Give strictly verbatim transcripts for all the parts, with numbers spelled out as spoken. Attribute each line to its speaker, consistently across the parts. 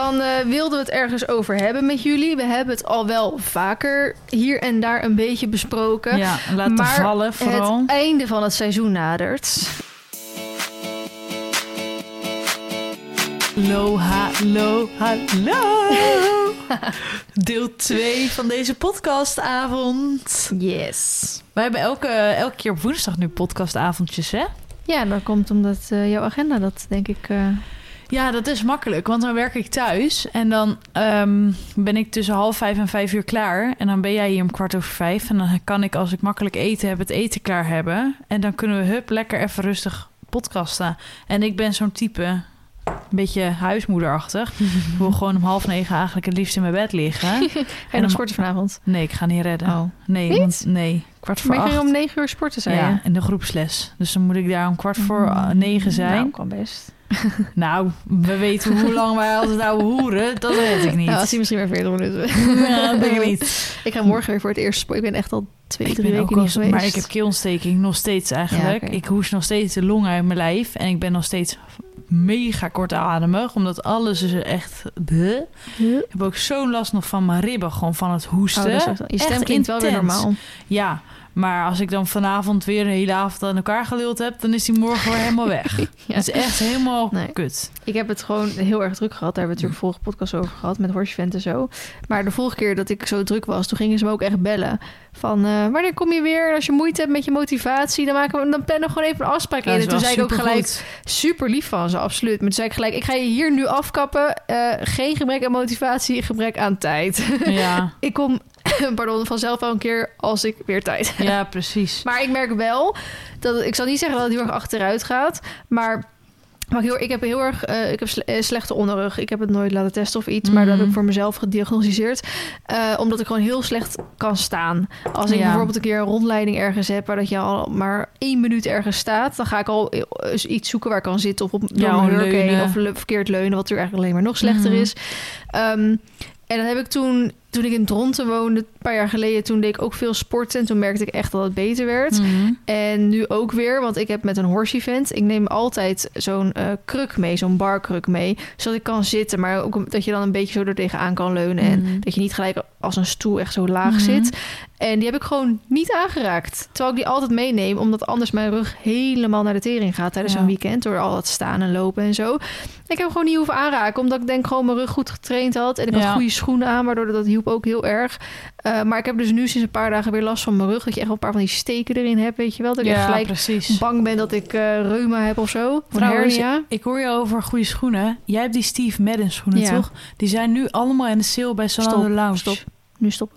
Speaker 1: dan uh, wilden we het ergens over hebben met jullie. We hebben het al wel vaker hier en daar een beetje besproken.
Speaker 2: Ja, laten
Speaker 1: maar
Speaker 2: vallen vooral.
Speaker 1: Het einde van het seizoen nadert.
Speaker 2: Hallo, hallo, hallo. Deel twee van deze podcastavond.
Speaker 1: Yes.
Speaker 2: We hebben elke, elke keer op woensdag nu podcastavondjes, hè?
Speaker 1: Ja, dat komt omdat uh, jouw agenda dat, denk ik... Uh...
Speaker 2: Ja, dat is makkelijk, want dan werk ik thuis. En dan um, ben ik tussen half vijf en vijf uur klaar. En dan ben jij hier om kwart over vijf. En dan kan ik, als ik makkelijk eten heb, het eten klaar hebben. En dan kunnen we hup, lekker even rustig podcasten. En ik ben zo'n type... Een beetje huismoederachtig. Ik wil gewoon om half negen eigenlijk het liefst in mijn bed liggen.
Speaker 1: Ga je
Speaker 2: en
Speaker 1: nog sporten vanavond?
Speaker 2: Nee, ik ga niet redden.
Speaker 1: Oh.
Speaker 2: Nee,
Speaker 1: niet?
Speaker 2: Want, nee, kwart voor
Speaker 1: maar
Speaker 2: acht.
Speaker 1: Maar je ging om negen uur sporten, zei
Speaker 2: ja,
Speaker 1: je?
Speaker 2: in de groepsles. Dus dan moet ik daar om kwart voor
Speaker 1: mm.
Speaker 2: negen zijn.
Speaker 1: Nou, kan best.
Speaker 2: Nou, we weten hoe lang wij altijd ouwe hoeren. Dat weet ik niet.
Speaker 1: Nou, als hij misschien maar veertig minuten.
Speaker 2: Ja, dat denk ik niet.
Speaker 1: Ik ga morgen weer voor het eerst sporten. Ik ben echt al twee,
Speaker 2: ik
Speaker 1: drie
Speaker 2: ben
Speaker 1: weken
Speaker 2: ook
Speaker 1: niet geweest.
Speaker 2: Maar ik heb keelontsteking nog steeds eigenlijk.
Speaker 1: Ja, okay.
Speaker 2: Ik hoes nog steeds de long uit mijn lijf. En ik ben nog steeds mega kortademig. Omdat alles is echt... Bleh.
Speaker 1: Huh?
Speaker 2: Ik heb ook zo'n last nog van mijn ribben. Gewoon van het hoesten.
Speaker 1: Oh, dat is je stem klinkt wel weer normaal.
Speaker 2: Ja, maar als ik dan vanavond weer een hele avond aan elkaar geluld heb... dan is die morgen weer helemaal weg. Ja. Dat is echt helemaal nee. kut.
Speaker 1: Ik heb het gewoon heel erg druk gehad. Daar hebben we natuurlijk vorige podcast over gehad... met Horsevent en zo. Maar de vorige keer dat ik zo druk was... toen gingen ze me ook echt bellen. Van, uh, wanneer kom je weer? En als je moeite hebt met je motivatie... dan, maken we, dan plannen we gewoon even een afspraak in. En toen zei ik ook gelijk... Goed. Super lief van ze, absoluut. Maar toen zei ik gelijk... ik ga je hier nu afkappen. Uh, geen gebrek aan motivatie, gebrek aan tijd. Ja. Ik kom... Pardon, vanzelf wel een keer als ik weer tijd heb.
Speaker 2: Ja, precies.
Speaker 1: Maar ik merk wel dat ik zal niet zeggen dat het heel erg achteruit gaat, maar, maar heel, ik heb heel erg uh, ik heb sle- slechte onderrug. Ik heb het nooit laten testen of iets, mm. maar dat heb ik voor mezelf gediagnosticeerd, uh, omdat ik gewoon heel slecht kan staan. Als ik ja. bijvoorbeeld een keer een rondleiding ergens heb waar dat je al maar één minuut ergens staat, dan ga ik al iets zoeken waar ik kan zitten of op ja, door mijn hurk heen of verkeerd leunen, wat er eigenlijk alleen maar nog slechter mm. is. Um, en dan heb ik toen, toen ik in Dronten woonde, een paar jaar geleden, toen deed ik ook veel sporten. En toen merkte ik echt dat het beter werd. Mm-hmm. En nu ook weer, want ik heb met een horse-event... ik neem altijd zo'n uh, kruk mee, zo'n barkruk mee... zodat ik kan zitten, maar ook dat je dan een beetje zo er tegenaan kan leunen... Mm-hmm. en dat je niet gelijk als een stoel echt zo laag mm-hmm. zit. En die heb ik gewoon niet aangeraakt. Terwijl ik die altijd meeneem, omdat anders mijn rug helemaal naar de tering gaat... tijdens ja. een weekend, door al dat staan en lopen en zo. Ik heb hem gewoon niet hoeven aanraken, omdat ik denk gewoon mijn rug goed getraind had... en ik ja. had goede schoenen aan, waardoor dat hielp ook heel erg. Uh, maar ik heb dus nu sinds een paar dagen weer last van mijn rug... dat je echt wel een paar van die steken erin hebt, weet je wel? Dat ik ja, echt gelijk precies. bang ben dat ik uh, reuma heb of zo.
Speaker 2: Trouwens, ik hoor je over goede schoenen. Jij hebt die Steve Madden schoenen, ja. toch? Die zijn nu allemaal in de sale bij Zalando Lounge.
Speaker 1: Stop. Nu stop.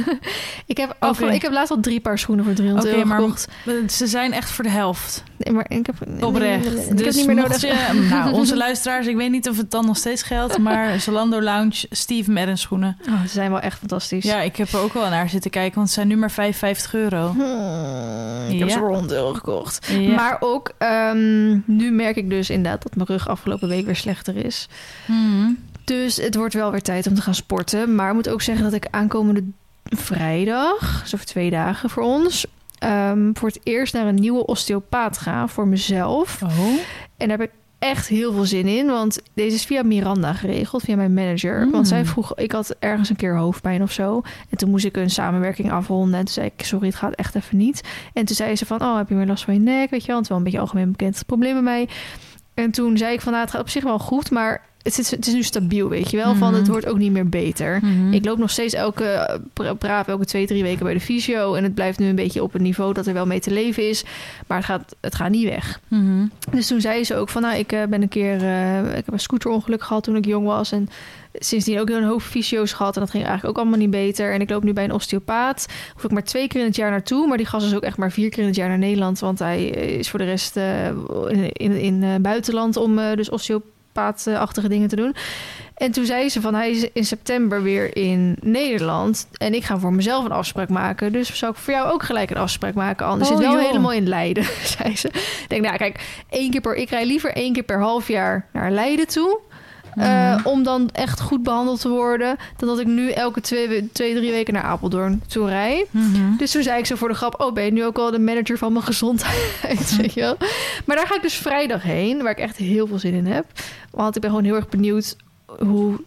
Speaker 1: ik, heb afval, okay. ik heb laatst al drie paar schoenen voor driehonderd okay, euro gekocht.
Speaker 2: Maar ze zijn echt voor de helft.
Speaker 1: Nee, maar ik heb,
Speaker 2: Oprecht.
Speaker 1: Nee, ik
Speaker 2: dus
Speaker 1: heb niet meer nodig.
Speaker 2: Je, nou, onze luisteraars, ik weet niet of het dan nog steeds geldt... maar Zalando Lounge, Steve Madden schoenen.
Speaker 1: Oh, ze zijn wel echt fantastisch.
Speaker 2: Ja, ik heb er ook wel naar zitten kijken... want ze zijn nu maar vijfenvijftig euro.
Speaker 1: Hmm, ik ja. heb ze voor honderd euro gekocht. Ja. Maar ook, um, nu merk ik dus inderdaad... dat mijn rug afgelopen week weer slechter is.
Speaker 2: Hmm.
Speaker 1: Dus het wordt wel weer tijd om te gaan sporten. Maar ik moet ook zeggen dat ik aankomende vrijdag... dus over twee dagen voor ons... Um, voor het eerst naar een nieuwe osteopaat ga voor mezelf.
Speaker 2: Oh.
Speaker 1: En daar heb ik echt heel veel zin in. Want deze is via Miranda geregeld, via mijn manager. Mm. Want zij vroeg, ik had ergens een keer hoofdpijn of zo. En toen moest ik een samenwerking afronden. En toen zei ik, sorry, het gaat echt even niet. En toen zei ze van, oh, heb je meer last van je nek? Weet je wel, het is wel een beetje algemeen bekend probleem bij mij. En toen zei ik van, nou, het gaat op zich wel goed, maar... Het is, het is nu stabiel, weet je wel. Mm-hmm. Van het wordt ook niet meer beter. Mm-hmm. Ik loop nog steeds elke braaf elke twee, drie weken bij de fysio. En het blijft nu een beetje op een niveau dat er wel mee te leven is. Maar het gaat, het gaat niet weg.
Speaker 2: Mm-hmm.
Speaker 1: Dus toen zei ze ook van, nou, ik uh, ben een keer... Uh, ik heb een scooterongeluk gehad toen ik jong was. En sindsdien ook een hoop fysio's gehad. En dat ging eigenlijk ook allemaal niet beter. En ik loop nu bij een osteopaat. Hoef ik maar twee keer in het jaar naartoe. Maar die gast is ook echt maar vier keer in het jaar naar Nederland. Want hij is voor de rest uh, in, in, in uh, buitenland om uh, dus osteopaat paatachtige dingen te doen. En toen zei ze van, hij is in september weer in Nederland en ik ga voor mezelf een afspraak maken. Dus zou ik voor jou ook gelijk een afspraak maken, anders oh, zit wel joh. helemaal in Leiden, zei ze. Ik denk, nou kijk, één keer per, ik rij liever één keer per half jaar naar Leiden toe. Mm. Uh, om dan echt goed behandeld te worden, dan dat ik nu elke twee, twee drie weken naar Apeldoorn toe rij.
Speaker 2: Mm-hmm.
Speaker 1: Dus toen zei ik zo voor de grap, oh, ben je nu ook al de manager van mijn gezondheid? Weet je wel? Maar daar ga ik dus vrijdag heen, waar ik echt heel veel zin in heb. Want ik ben gewoon heel erg benieuwd hoe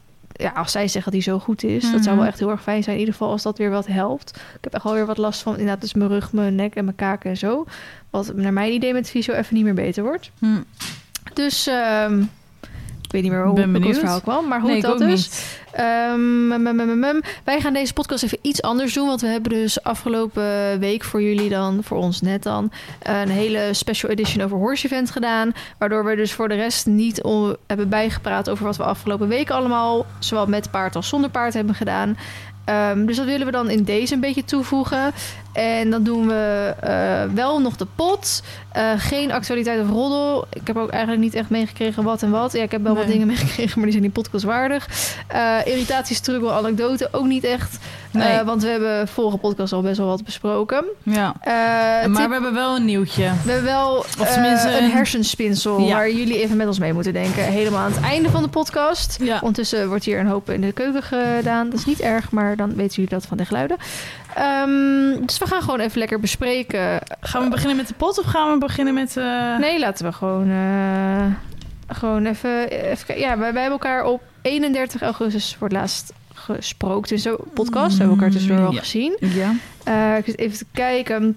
Speaker 1: ja, als zij zeggen dat die zo goed is,
Speaker 2: Mm-hmm.
Speaker 1: dat zou wel echt heel erg fijn zijn. In ieder geval als dat weer wat helpt. Ik heb echt wel weer wat last van, inderdaad, dus mijn rug, mijn nek en mijn kaken en zo. Wat naar mijn idee met fysio even niet meer beter wordt.
Speaker 2: Hm.
Speaker 1: Dus um, ik weet niet meer hoe
Speaker 2: Ben
Speaker 1: ik op het
Speaker 2: benieuwd.
Speaker 1: verhaal kwam, maar hoe
Speaker 2: Nee,
Speaker 1: dat
Speaker 2: ik ook
Speaker 1: dus.
Speaker 2: niet.
Speaker 1: Um, mum, mum, mum, mum. Wij gaan deze podcast even iets anders doen, want we hebben dus afgelopen week voor jullie dan, voor ons net dan, een hele special edition over Horse Event gedaan, waardoor we dus voor de rest niet on- hebben bijgepraat over wat we afgelopen week allemaal, zowel met paard als zonder paard, hebben gedaan. Um, dus dat willen we dan in deze een beetje toevoegen. En dan doen we uh, wel nog de pot. Uh, geen actualiteit of roddel. Ik heb ook eigenlijk niet echt meegekregen wat en wat. Ja, ik heb wel
Speaker 2: Nee.
Speaker 1: wat dingen meegekregen, maar die zijn niet podcastwaardig. Uh, irritatie, struggle, anekdote ook niet echt.
Speaker 2: Nee.
Speaker 1: Uh, want we hebben vorige podcast al best wel wat besproken.
Speaker 2: Ja.
Speaker 1: Uh,
Speaker 2: Maar
Speaker 1: tip-
Speaker 2: we hebben wel een nieuwtje.
Speaker 1: we hebben wel
Speaker 2: Of
Speaker 1: uh,
Speaker 2: tenminste
Speaker 1: een
Speaker 2: een-
Speaker 1: hersenspinsel
Speaker 2: Ja.
Speaker 1: waar jullie even met ons mee moeten denken. Helemaal aan het einde van de podcast.
Speaker 2: Ja.
Speaker 1: Ondertussen wordt hier een hoop in de keuken gedaan. Dat is niet erg, maar dan weten jullie dat van de geluiden. Um, dus we gaan gewoon even lekker bespreken.
Speaker 2: Gaan we beginnen met de pot of gaan we beginnen met... Uh...
Speaker 1: Nee, laten we gewoon, uh, gewoon even, even kijken. Ja, wij, wij hebben elkaar op eenendertig augustus voor het laatst gesproken. Dus zo'n podcast we hebben elkaar tussendoor al
Speaker 2: Ja.
Speaker 1: gezien.
Speaker 2: Ja.
Speaker 1: Uh, ik zit even te kijken.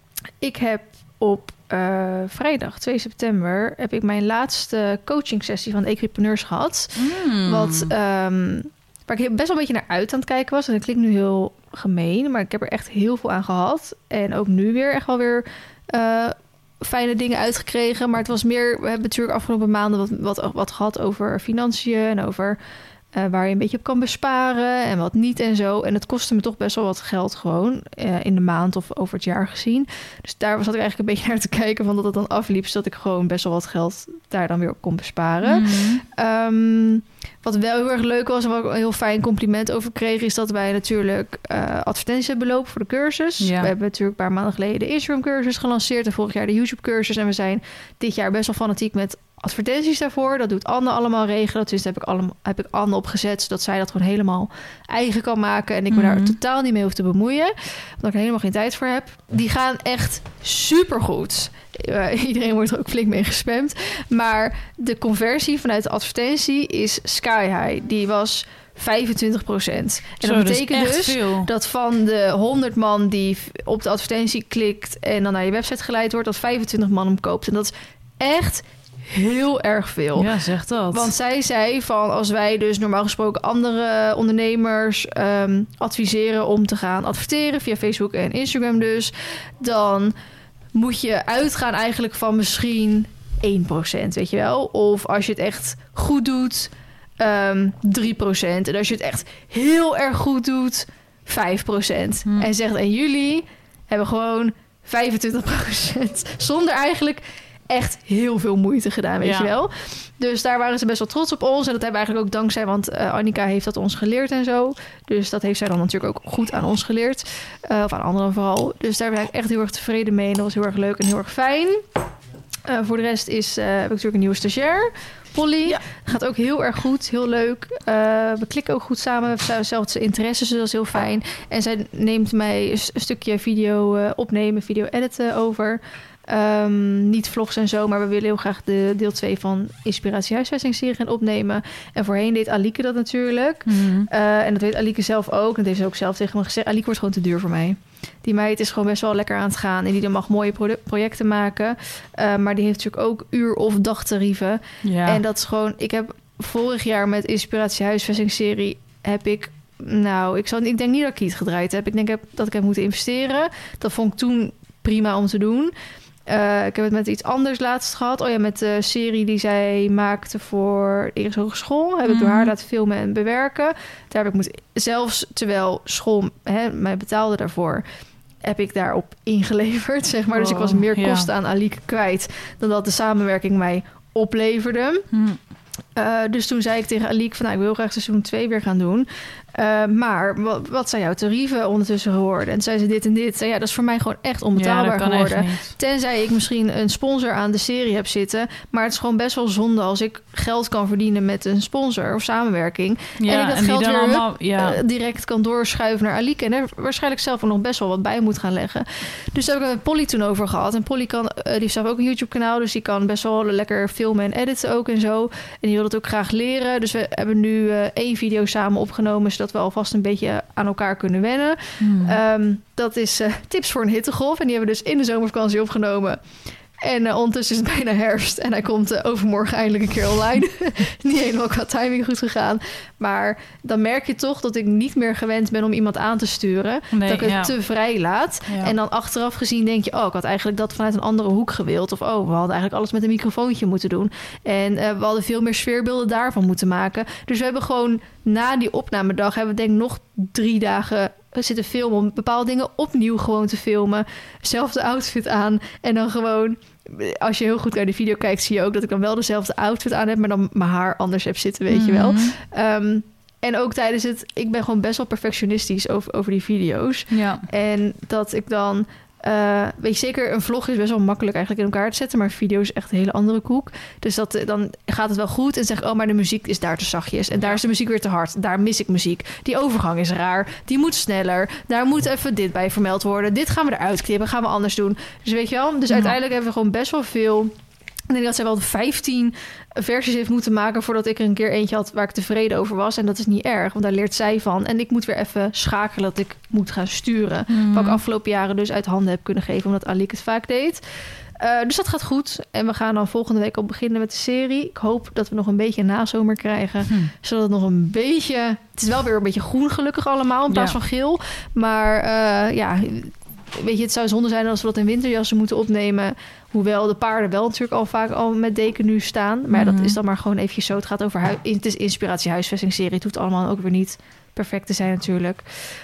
Speaker 1: Ik heb op uh, vrijdag twee september heb ik mijn laatste coaching sessie van de Equipreneurs gehad.
Speaker 2: Mm.
Speaker 1: Wat, um, waar ik best wel een beetje naar uit aan het kijken was. En dat klinkt nu heel gemeen, maar ik heb er echt heel veel aan gehad. En ook nu weer echt wel weer uh, fijne dingen uitgekregen. Maar het was meer, we hebben natuurlijk afgelopen maanden wat, wat, wat gehad over financiën en over uh, waar je een beetje op kan besparen en wat niet en zo. En het kostte me toch best wel wat geld gewoon uh, in de maand of over het jaar gezien. Dus daar zat ik eigenlijk een beetje naar te kijken van dat het dan afliep, zodat ik gewoon best wel wat geld daar dan weer op kon besparen.
Speaker 2: Mm.
Speaker 1: Um, wat wel heel erg leuk was en waar ik een heel fijn compliment over kreeg, is dat wij natuurlijk uh, advertenties hebben lopen voor de cursus.
Speaker 2: Ja.
Speaker 1: We hebben natuurlijk een paar maanden geleden de Instagram cursus gelanceerd en vorig jaar de YouTube cursus. En we zijn dit jaar best wel fanatiek met advertenties daarvoor. Dat doet Anne allemaal regelen. Dus heb ik, allemaal, heb ik Anne opgezet, zodat zij dat gewoon helemaal eigen kan maken. En ik me
Speaker 2: Mm-hmm.
Speaker 1: daar totaal niet mee hoef te bemoeien. Omdat ik er helemaal geen tijd voor heb. Die gaan echt supergoed. Uh, iedereen wordt er ook flink mee gespamd. Maar de conversie vanuit de advertentie is sky high. Die was vijfentwintig procent. En
Speaker 2: Zo,
Speaker 1: dat
Speaker 2: dat is
Speaker 1: betekent
Speaker 2: echt
Speaker 1: dus
Speaker 2: veel.
Speaker 1: dat van de honderd man die op de advertentie klikt en dan naar je website geleid wordt, dat vijfentwintig man hem koopt. En dat is echt heel erg veel.
Speaker 2: Ja, zeg dat.
Speaker 1: Want zij zei van als wij dus normaal gesproken andere ondernemers um, adviseren om te gaan adverteren via Facebook en Instagram dus, dan moet je uitgaan eigenlijk van misschien één procent, weet je wel? Of als je het echt goed doet, um, drie procent. En als je het echt heel erg goed doet, vijf procent.
Speaker 2: Hm.
Speaker 1: En zegt, en jullie hebben gewoon vijfentwintig procent. Zonder eigenlijk echt heel veel moeite gedaan, weet
Speaker 2: Ja.
Speaker 1: je wel. Dus daar waren ze best wel trots op ons. En dat hebben we eigenlijk ook dankzij, want uh, Annika heeft dat ons geleerd en zo. Dus dat heeft zij dan natuurlijk ook goed aan ons geleerd. Uh, of aan anderen vooral. Dus daar ben ik echt heel erg tevreden mee. En dat was heel erg leuk en heel erg fijn. Uh, voor de rest is, uh, heb ik natuurlijk een nieuwe stagiair. Polly.
Speaker 2: Ja.
Speaker 1: Gaat ook heel erg goed. Heel leuk. Uh, we klikken ook goed samen. We hebben dezelfde interesses, dus dat is heel fijn. En zij neemt mij een, een stukje video uh, opnemen, video editen over. Um, niet vlogs en zo, maar we willen heel graag de deel twee van Inspiratie Huisvesting-serie gaan opnemen. En voorheen deed Alieke dat natuurlijk.
Speaker 2: Mm.
Speaker 1: Uh, en dat weet Alieke zelf ook. En dat heeft ze ook zelf tegen me gezegd. Alieke wordt gewoon te duur voor mij. Die meid is gewoon best wel lekker aan het gaan. En die dan mag mooie pro- projecten maken. Uh, maar die heeft natuurlijk ook uur- of dagtarieven.
Speaker 2: Ja.
Speaker 1: En dat is gewoon... Ik heb vorig jaar met Inspiratie Huisvesting-serie... heb ik... Nou, ik, zal, ik denk niet dat ik iets gedraaid heb. Ik denk heb, dat ik heb moeten investeren. Dat vond ik toen prima om te doen. Uh, ik heb het met iets anders laatst gehad. Oh ja, met de serie die zij maakte voor de Iris Hogeschool. Heb ik
Speaker 2: Mm-hmm.
Speaker 1: door haar laten filmen en bewerken. Daar heb ik moeten... Zelfs terwijl school hè, mij betaalde daarvoor... heb ik daarop ingeleverd, zeg maar. Dus ik was meer
Speaker 2: ja.
Speaker 1: kosten aan Alieke kwijt... dan dat de samenwerking mij opleverde.
Speaker 2: Mm.
Speaker 1: Uh, dus toen zei ik tegen Alieke van... Nou, ik wil graag seizoen twee weer gaan doen. Uh, maar wat, wat zijn jouw tarieven ondertussen geworden? En toen zei ze dit en dit. En ja, dat is voor mij gewoon echt onbetaalbaar
Speaker 2: ja, dat kan
Speaker 1: geworden.
Speaker 2: echt niet.
Speaker 1: Tenzij ik misschien een sponsor aan de serie heb zitten. Maar het is gewoon best wel zonde als ik geld kan verdienen met een sponsor of samenwerking.
Speaker 2: Ja,
Speaker 1: en ik dat
Speaker 2: en
Speaker 1: geld
Speaker 2: die dan
Speaker 1: weer
Speaker 2: allemaal,
Speaker 1: hup,
Speaker 2: ja.
Speaker 1: uh, direct kan doorschuiven naar Alieke. En er waarschijnlijk zelf ook nog best wel wat bij moet gaan leggen. Dus daar heb ik het met Polly toen over gehad. En Polly kan, uh, die heeft zelf ook een YouTube kanaal. Dus die kan best wel lekker filmen en editen ook en zo. En die wil het ook graag leren. Dus we hebben nu uh, één video samen opgenomen... zodat we alvast een beetje aan elkaar kunnen wennen. Hmm. Um, dat is uh, tips voor een hittegolf. En die hebben we dus in de zomervakantie opgenomen... En uh, ondertussen is het bijna herfst. En hij komt uh, overmorgen eindelijk een keer online. Niet helemaal qua timing goed gegaan. Maar dan merk je toch dat ik niet meer gewend ben om iemand aan te sturen. Nee, dat ik het ja. te vrij laat. Ja. En dan achteraf gezien denk je... oh, ik had eigenlijk dat vanuit een andere hoek gewild. Of oh, we hadden eigenlijk alles met een microfoontje moeten doen. En uh, we hadden veel meer sfeerbeelden daarvan moeten maken. Dus we hebben gewoon na die opnamedag... hebben we denk ik nog drie dagen... zitten filmen om bepaalde dingen opnieuw gewoon te filmen. Zelfde outfit aan. En dan gewoon... als je heel goed naar de video kijkt... zie je ook dat ik dan wel dezelfde outfit aan heb... maar dan mijn haar anders heb zitten, weet mm-hmm. je wel. Um, en ook tijdens het... ik ben gewoon best wel perfectionistisch over, over die video's. Ja. En dat ik dan... Uh, weet je, zeker een vlog is best wel makkelijk eigenlijk in elkaar te zetten... maar video is echt een hele andere koek. Dus dat, dan gaat het wel goed en zeg ik... oh, maar de muziek is daar te zachtjes. En daar is de muziek weer te hard. Daar mis ik muziek. Die overgang is raar. Die moet sneller. Daar moet even dit bij vermeld worden. Dit gaan we eruit knippen. Gaan we anders doen. Dus weet je wel? Dus ja. uiteindelijk hebben we gewoon best wel veel... Ik denk dat zij wel vijftien versies heeft moeten maken... voordat ik er een keer eentje had waar ik tevreden over was. En dat is niet erg, want daar leert zij van. En ik moet weer even schakelen dat ik moet gaan sturen. Mm. Wat ik afgelopen jaren dus uit handen heb kunnen geven... omdat Aliek het vaak deed. Uh, dus dat gaat goed. En we gaan dan volgende week al beginnen met de serie. Ik hoop dat we nog een beetje nazomer krijgen. Mm. Zodat het nog een beetje... Het is wel weer een beetje groen gelukkig allemaal... in plaats ja. van geel. Maar uh, ja... Weet je, het zou zonde zijn als we dat in winterjassen moeten opnemen. Hoewel de paarden wel natuurlijk al vaak al met deken nu staan. Maar mm-hmm. dat is dan maar gewoon eventjes zo. Het gaat over hui- het is inspiratie huisvestingsserie. Het hoeft allemaal ook weer niet perfect te zijn natuurlijk.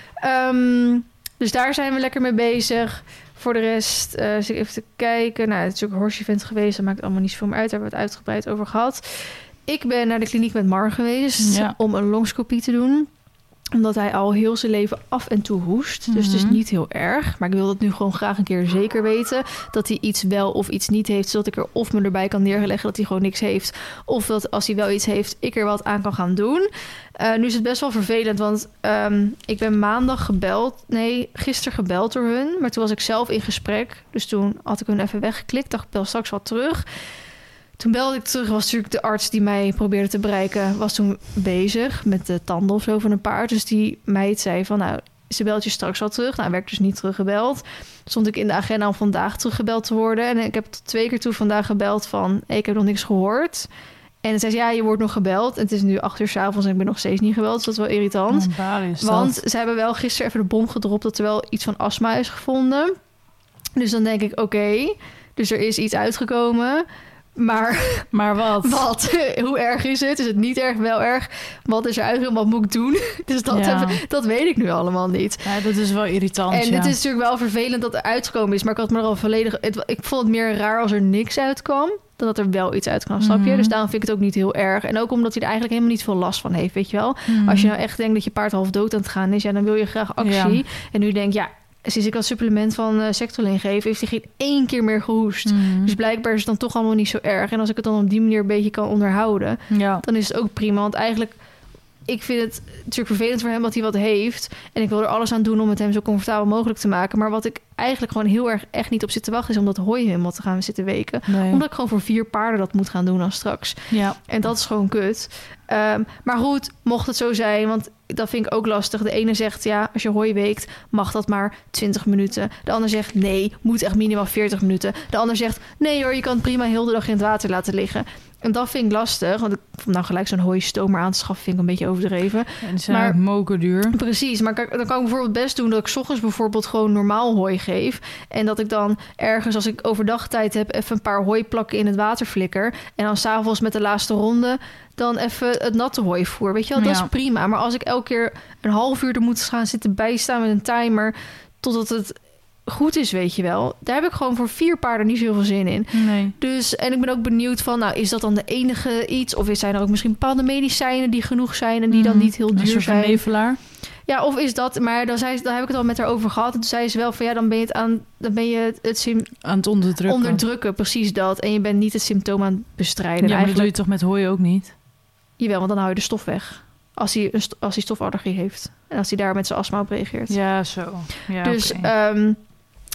Speaker 1: Um, dus daar zijn we lekker mee bezig. Voor de rest, uh, zit ik even te kijken. Nou, het is ook een horse event geweest. Dat maakt allemaal niet zoveel meer uit. Daar hebben we het uitgebreid over gehad. Ik ben naar de kliniek met Mar geweest ja. om een longscopie te doen. Omdat hij al heel zijn leven af en toe hoest. Mm-hmm. Dus het is niet heel erg. Maar ik wil dat nu gewoon graag een keer zeker weten. Dat hij iets wel of iets niet heeft. Zodat ik er of me erbij kan neerleggen dat hij gewoon niks heeft. Of dat als hij wel iets heeft, ik er wat aan kan gaan doen. Uh, nu is het best wel vervelend. Want um, ik ben maandag gebeld. Nee, gisteren gebeld door hun. Maar toen was ik zelf in gesprek. Dus toen had ik hun even weggeklikt. Dacht ik bel straks wat terug. Toen belde ik terug, was natuurlijk de arts die mij probeerde te bereiken... was toen bezig met de tanden of zo van een paard. Dus die meid zei van, nou, ze belt je straks wel terug. Nou, werd dus niet teruggebeld. Stond ik in de agenda om vandaag teruggebeld te worden. En ik heb tot twee keer toe vandaag gebeld van... Hey, ik heb nog niks gehoord. En dan zei ze, ja, je wordt nog gebeld. En het is nu acht uur 's avonds en ik ben nog steeds niet gebeld. Dus dat is wel irritant.
Speaker 2: Oh, is
Speaker 1: want
Speaker 2: dat?
Speaker 1: Ze hebben wel gisteren even de bom gedropt... dat er wel iets van astma is gevonden. Dus dan denk ik, oké, okay, dus er is iets uitgekomen... Maar,
Speaker 2: maar wat?
Speaker 1: wat? Hoe erg is het? Is het niet erg, wel erg? Wat is er uitgekomen? Wat moet ik doen? Dus dat,
Speaker 2: ja.
Speaker 1: heb, dat weet ik nu allemaal niet.
Speaker 2: Ja, dat is wel irritant,
Speaker 1: En
Speaker 2: ja.
Speaker 1: het is natuurlijk wel vervelend dat er uitgekomen is. Maar ik had me er al volledig... Het, ik vond het meer raar als er niks uitkwam... dan dat er wel iets uit kan, snap je? Mm. Dus daarom vind ik het ook niet heel erg. En ook omdat hij er eigenlijk helemaal niet veel last van heeft, weet je wel? Mm. Als je nou echt denkt dat je paard half dood aan het gaan is... ja, dan wil je graag actie. Ja. En nu denk je, ja... Sinds ik dat supplement van uh, Sectolin geef... heeft hij geen één keer meer gehoest. Mm. Dus blijkbaar is het dan toch allemaal niet zo erg. En als ik het dan op die manier een beetje kan onderhouden... Ja. dan is het ook prima. Want eigenlijk... ik vind het natuurlijk vervelend voor hem dat hij wat heeft. En ik wil er alles aan doen om het hem zo comfortabel mogelijk te maken. Maar wat ik eigenlijk gewoon heel erg echt niet op zit te wachten... is om dat hooi helemaal te gaan zitten weken. Nee. Omdat ik gewoon voor vier paarden dat moet gaan doen dan straks. Ja. En dat is gewoon kut. Um, maar goed, mocht het zo zijn... want dat vind ik ook lastig. De ene zegt, ja, als je hooi weekt... mag dat maar twintig minuten. De ander zegt, nee, moet echt minimaal veertig minuten. De ander zegt, nee hoor, je kan het prima heel de dag in het water laten liggen. En dat vind ik lastig. Want ik vond nou gelijk zo'n hooistomer aan te schaffen... vind ik een beetje overdreven.
Speaker 2: En ze zijn moker duur.
Speaker 1: Precies, maar dan kan ik bijvoorbeeld best doen... dat ik 's ochtends bijvoorbeeld gewoon normaal hooi geef. En dat ik dan ergens, als ik overdag tijd heb... even een paar hooiplakken in het water flikker. En dan 's avonds met de laatste ronde... dan even het natte hooi voer. Weet je wel, dat ja. is prima. Maar als ik elke keer een half uur er moet gaan zitten bijstaan... met een timer, totdat het... goed is, weet je wel. Daar heb ik gewoon voor vier paarden niet zoveel zin in.
Speaker 2: Nee.
Speaker 1: Dus, en ik ben ook benieuwd van... nou, is dat dan de enige iets? Of zijn er ook misschien bepaalde medicijnen die genoeg zijn... en die dan niet heel duur zijn?
Speaker 2: Nevelaar.
Speaker 1: Ja, of is dat... Maar dan, zei, dan heb ik het al met haar over gehad. En toen zei ze wel van... ja, dan ben je het aan... dan ben je het, het sim-
Speaker 2: aan het onderdrukken.
Speaker 1: Onderdrukken, precies dat. En je bent niet het symptoom aan het bestrijden.
Speaker 2: Ja, maar dat doe je toch met hooi ook niet?
Speaker 1: Jawel, want dan hou je de stof weg. Als hij, een st- als hij stofallergie heeft. En als hij daar met zijn astma op reageert.
Speaker 2: Ja, zo. Ja,
Speaker 1: dus...
Speaker 2: okay.
Speaker 1: Um,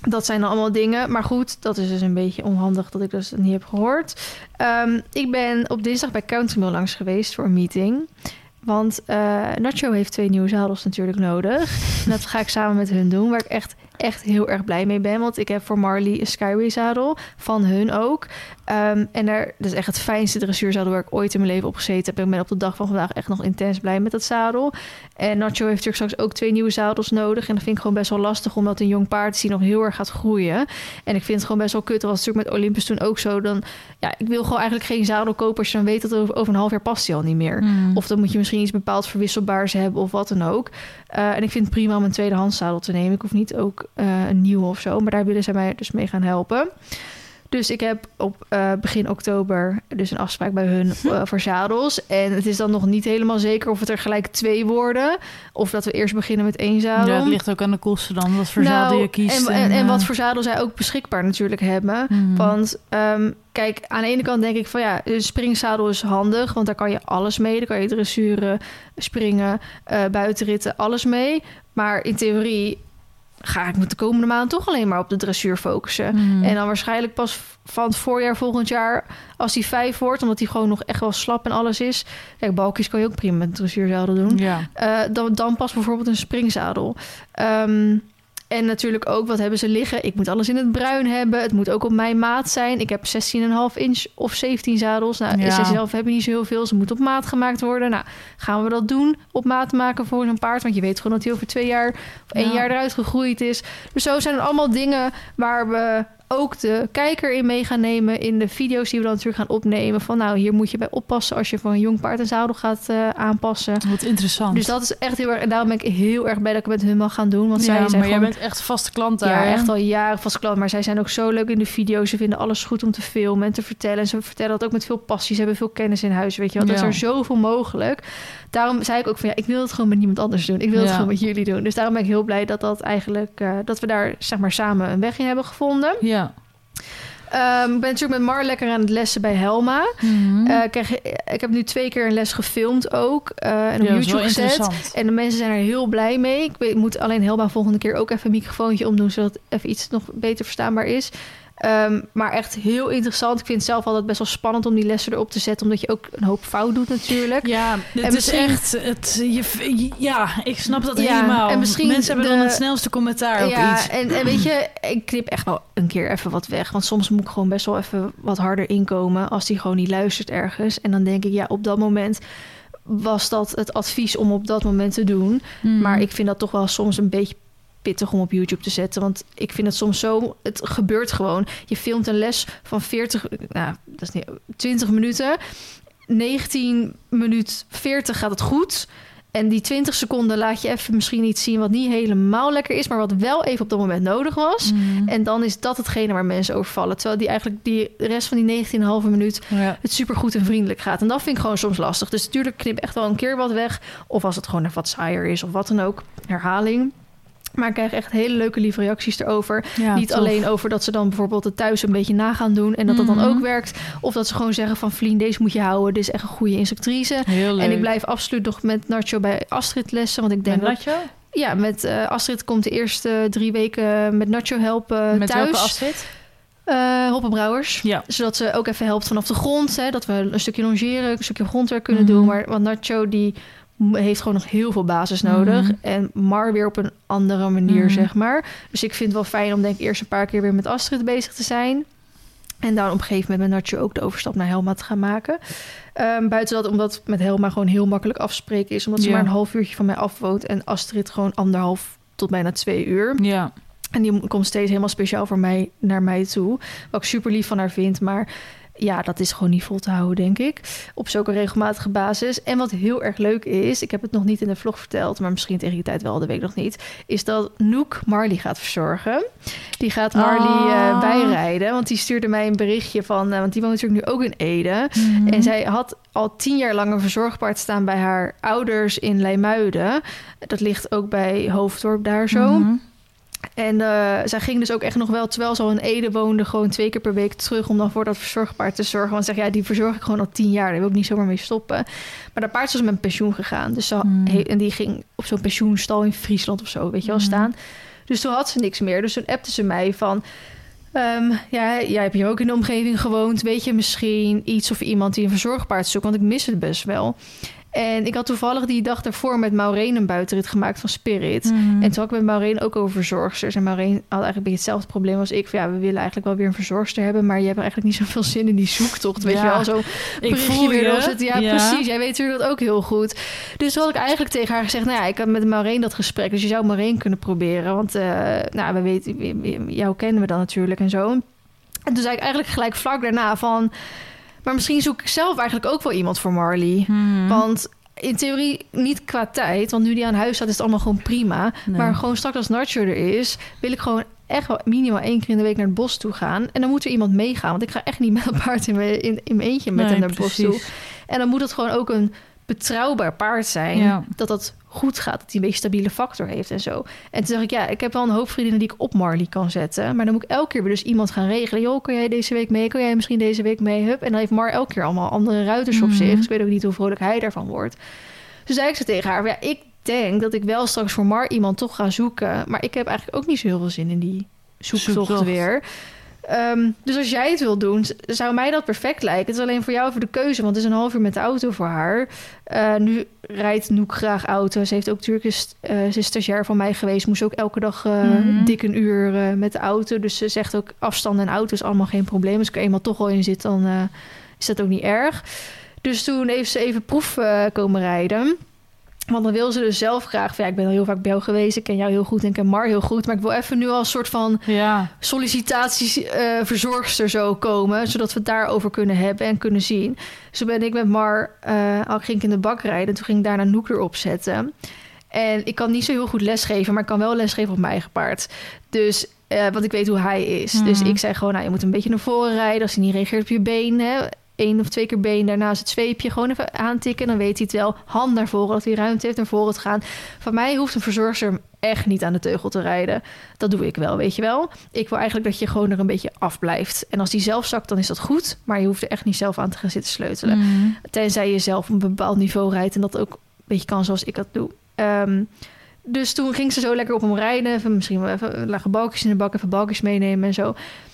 Speaker 1: Dat zijn dan allemaal dingen. Maar goed, dat is dus een beetje onhandig dat ik dus niet heb gehoord. Um, ik ben op dinsdag bij Country Mill langs geweest voor een meeting. Want uh, Nacho heeft twee nieuwe zadels natuurlijk nodig. En dat ga ik samen met hun doen. Waar ik echt, echt heel erg blij mee ben. Want ik heb voor Marley een Skyway zadel. Van hun ook. Um, en daar, dat is echt het fijnste dressuurzadel waar ik ooit in mijn leven op gezeten heb. Ik ben op de dag van vandaag echt nog intens blij met dat zadel. En Nacho heeft natuurlijk straks ook twee nieuwe zadels nodig. En dat vind ik gewoon best wel lastig. Omdat een jong paard die nog heel erg gaat groeien. En ik vind het gewoon best wel kut. Dat was natuurlijk met Olympus toen ook zo. Dan, ja, ik wil gewoon eigenlijk geen zadel kopen als je dan weet dat over, over een half jaar past hij al niet meer. Mm. Of dan moet je misschien iets bepaald verwisselbaars hebben of wat dan ook. Uh, en ik vind het prima om een tweedehands zadel te nemen. Ik hoef niet ook uh, een nieuwe of zo. Maar daar willen zij mij dus mee gaan helpen. Dus ik heb op uh, begin oktober dus een afspraak bij hun uh, voor zadels. En het is dan nog niet helemaal zeker of het er gelijk twee worden. Of dat we eerst beginnen met één zadel.
Speaker 2: Ja, het ligt ook aan de kosten dan. Wat voor nou, zadel je kiest.
Speaker 1: En, en, en wat voor zadel zij ook beschikbaar natuurlijk hebben. Mm. Want um, kijk, aan de ene kant denk ik van ja, een springzadel is handig. Want daar kan je alles mee. Daar kan je dressuren, springen, uh, buitenritten, alles mee. Maar in theorie ga ik me de komende maand toch alleen maar op de dressuur focussen. Mm. En dan waarschijnlijk pas van het voorjaar volgend jaar, als hij vijf wordt, omdat hij gewoon nog echt wel slap en alles is. Kijk, balkjes kan je ook prima met een dressuurzadel doen. Ja. Uh, dan, dan pas bijvoorbeeld een springzadel. Um, En natuurlijk ook, wat hebben ze liggen? Ik moet alles in het bruin hebben. Het moet ook op mijn maat zijn. Ik heb zestien komma vijf inch of zeventien zadels. Nou, ja. zestien komma vijf heb je niet zo heel veel. Ze moeten op maat gemaakt worden. Nou, gaan we dat doen? Op maat maken voor zo'n paard? Want je weet gewoon dat hij over twee jaar of één ja. jaar eruit gegroeid is. Dus zo zijn er allemaal dingen waar we ook de kijker in mee gaan nemen in de video's die we dan natuurlijk gaan opnemen. Van nou, hier moet je bij oppassen als je voor een jong paard een zadel gaat uh, aanpassen.
Speaker 2: Wat interessant.
Speaker 1: Dus dat is echt heel erg. En daarom ben ik heel erg blij dat ik het met hun mag gaan doen. Want
Speaker 2: ja,
Speaker 1: zij zijn
Speaker 2: maar
Speaker 1: gewoon,
Speaker 2: jij bent echt vaste klant daar.
Speaker 1: Ja,
Speaker 2: hè?
Speaker 1: echt al jaren vaste klant. Maar zij zijn ook zo leuk in de video's. Ze vinden alles goed om te filmen en te vertellen. En ze vertellen dat ook met veel passie. Ze hebben veel kennis in huis, weet je. Want ja. er is er zoveel mogelijk. Daarom zei ik ook van ja, ik wil het gewoon met niemand anders doen. Ik wil ja. het gewoon met jullie doen. Dus daarom ben ik heel blij dat dat eigenlijk uh, dat we daar zeg maar samen een weg in hebben gevonden.
Speaker 2: Ja.
Speaker 1: Um, ik ben natuurlijk met Mar lekker aan het lessen bij Helma. Mm-hmm. Uh, ik, krijg, ik heb nu twee keer een les gefilmd ook. Uh, en op ja, YouTube gezet. En de mensen zijn er heel blij mee. Ik weet, moet alleen Helma volgende keer ook even een microfoontje omdoen, zodat het even iets nog beter verstaanbaar is. Um, maar echt heel interessant. Ik vind het zelf altijd best wel spannend om die lessen erop te zetten, omdat je ook een hoop fout doet natuurlijk.
Speaker 2: Ja, het en is echt... Het, je, ja, ik snap dat ja, helemaal. En misschien mensen hebben de, dan het snelste commentaar
Speaker 1: ja,
Speaker 2: op iets.
Speaker 1: En, en weet je, ik knip echt wel een keer even wat weg. Want soms moet ik gewoon best wel even wat harder inkomen als die gewoon niet luistert ergens. En dan denk ik, ja, op dat moment was dat het advies om op dat moment te doen. Mm. Maar ik vind dat toch wel soms een beetje pittig om op YouTube te zetten. Want ik vind het soms zo... Het gebeurt gewoon. Je filmt een les van veertig... Nou, dat is niet... twintig minuten. negentien minuut veertig gaat het goed. En die twintig seconden laat je even misschien iets zien wat niet helemaal lekker is, maar wat wel even op dat moment nodig was. Mm. En dan is dat hetgene waar mensen over vallen. Terwijl die eigenlijk die de rest van die negentien komma vijf minuut ja. het supergoed en vriendelijk gaat. En dat vind ik gewoon soms lastig. Dus natuurlijk knip echt wel een keer wat weg. Of als het gewoon even wat saaier is of wat dan ook. Herhaling. Maar ik krijg echt hele leuke lieve reacties erover. Ja, niet tof. Alleen over dat ze dan bijvoorbeeld het thuis een beetje na gaan doen en dat dat mm-hmm. dan ook werkt. Of dat ze gewoon zeggen van Vlien, deze moet je houden. Dit is echt een goede instructrice. Heel leuk. En ik blijf absoluut nog met Nacho bij Astrid lessen. Want ik denk
Speaker 2: met Nacho?
Speaker 1: Dat, ja, met uh, Astrid komt de eerste drie weken met Nacho helpen
Speaker 2: met
Speaker 1: thuis.
Speaker 2: Met welke Astrid?
Speaker 1: Uh, Hoppe Brouwers. Ja. Zodat ze ook even helpt vanaf de grond. Hè, dat we een stukje longeren, een stukje grondwerk kunnen mm-hmm. doen. Maar want Nacho die heeft gewoon nog heel veel basis nodig. Mm-hmm. En Mar weer op een andere manier, mm-hmm. zeg maar. Dus ik vind het wel fijn om denk ik eerst een paar keer weer met Astrid bezig te zijn. En dan op een gegeven moment met Nacho ook de overstap naar Helma te gaan maken. Um, buiten dat, omdat met Helma gewoon heel makkelijk afspreken is. Omdat ze ja. maar een half uurtje van mij afwoont. En Astrid gewoon anderhalf tot bijna twee uur.
Speaker 2: Ja.
Speaker 1: En die komt steeds helemaal speciaal voor mij naar mij toe. Wat ik super lief van haar vind, maar ja, dat is gewoon niet vol te houden, denk ik. Op zulke regelmatige basis. En wat heel erg leuk is, ik heb het nog niet in de vlog verteld, maar misschien tegen die tijd wel, dat weet ik nog niet, is dat Noek Marley gaat verzorgen. Die gaat Marley oh. uh, bijrijden, want die stuurde mij een berichtje van, uh, want die woont natuurlijk nu ook in Ede. Mm-hmm. En zij had al tien jaar lang een verzorgpaard staan bij haar ouders in Leimuiden. Dat ligt ook bij Hoofddorp daar zo. Mm-hmm. En uh, zij ging dus ook echt nog wel, terwijl ze al in Ede woonde, gewoon twee keer per week terug om dan voor dat verzorgpaard te zorgen. Want ze zegt, ja, die verzorg ik gewoon al tien jaar. Daar wil ik niet zomaar mee stoppen. Maar dat paard is dus met pensioen gegaan. Dus ze, mm. he, en die ging op zo'n pensioenstal in Friesland of zo, weet je wel, mm. staan. Dus toen had ze niks meer. Dus toen appte ze mij van... Um, ja, jij hebt hier ook in de omgeving gewoond. Weet je misschien iets of iemand die een verzorgpaard zoekt? Want ik mis het best wel. En ik had toevallig die dag daarvoor met Maureen een buitenrit gemaakt van Spirit. Mm. En toen had ik met Maureen ook over verzorgsters. En Maureen had eigenlijk een beetje hetzelfde probleem als ik. Van, ja, we willen eigenlijk wel weer een verzorgster hebben. Maar je hebt eigenlijk niet zoveel zin in die zoektocht. Weet ja. je wel, zo berichtje weer opzetten. Ja, ja, precies. Jij weet natuurlijk dat ook heel goed. Dus toen had ik eigenlijk tegen haar gezegd... nou ja, ik had met Maureen dat gesprek. Dus je zou Maureen kunnen proberen. Want uh, nou, we weten, jou kennen we dan natuurlijk en zo. En toen zei ik eigenlijk gelijk vlak daarna van... maar misschien zoek ik zelf eigenlijk ook wel iemand voor Marley. Hmm. Want in theorie niet qua tijd. Want nu die aan huis staat is het allemaal gewoon prima. Nee. Maar gewoon straks als Nacho er is... wil ik gewoon echt wel minimaal één keer in de week naar het bos toe gaan. En dan moet er iemand meegaan. Want ik ga echt niet met een paard in mijn, in, in mijn eentje met nee, hem naar het precies. bos toe. En dan moet het gewoon ook een betrouwbaar paard zijn. Ja. Dat dat goed gaat. Dat hij een beetje stabiele factor heeft en zo. En toen dacht ik, ja, ik heb wel een hoop vriendinnen die ik op Marley kan zetten. Maar dan moet ik elke keer weer dus iemand gaan regelen. Joh, kan jij deze week mee? Kan jij misschien deze week mee? Hup. En dan heeft Mar elke keer allemaal andere ruiters mm-hmm. op zich. Dus ik weet ook niet hoe vrolijk hij daarvan wordt. Dus zei ik ze tegen haar, ja, ik denk dat ik wel straks voor Mar iemand toch ga zoeken. Maar ik heb eigenlijk ook niet zo heel veel zin in die zoektocht, zoektocht. weer. Um, dus als jij het wil doen, zou mij dat perfect lijken. Het is alleen voor jou even de keuze, want het is een half uur met de auto voor haar. Uh, nu rijdt Noek graag auto. Ze heeft ook natuurlijk eens, uh, ze is stagiair van mij geweest. Moest ook elke dag uh, mm-hmm. dik een uur uh, met de auto. Dus ze zegt ook afstand en auto is allemaal geen probleem. Dus als ik er eenmaal toch al in zit, dan uh, is dat ook niet erg. Dus toen heeft ze even proef uh, komen rijden. Want dan wil ze dus zelf graag... Van, ja, ik ben al heel vaak bij jou geweest. Ik ken jou heel goed en ik ken Mar heel goed. Maar ik wil even nu al een soort van ja. sollicitatieverzorgster uh, zo komen. Zodat we het daarover kunnen hebben en kunnen zien. Dus toen ben ik met Mar... Uh, al ging ik in de bak rijden. Toen ging ik daarna Noek erop zetten. En ik kan niet zo heel goed lesgeven. Maar ik kan wel lesgeven op mijn eigen paard. Dus... Uh, want ik weet hoe hij is. Mm. Dus ik zei gewoon... Nou, je moet een beetje naar voren rijden. Als hij niet reageert op je been... Hè, Eén of twee keer been, daarnaast het zweepje. Gewoon even aantikken, dan weet hij het wel. Hand naar voren, dat hij ruimte heeft naar voren te gaan. Van mij hoeft een verzorgster echt niet aan de teugel te rijden. Dat doe ik wel, weet je wel. Ik wil eigenlijk dat je gewoon er een beetje afblijft. En als die zelf zakt, dan is dat goed. Maar je hoeft er echt niet zelf aan te gaan zitten sleutelen. Mm. Tenzij je zelf op een bepaald niveau rijdt... en dat ook een beetje kan zoals ik dat doe. Um, dus toen ging ze zo lekker op hem rijden. Even, misschien wel even lage balkjes in de bak, even balkjes meenemen en zo.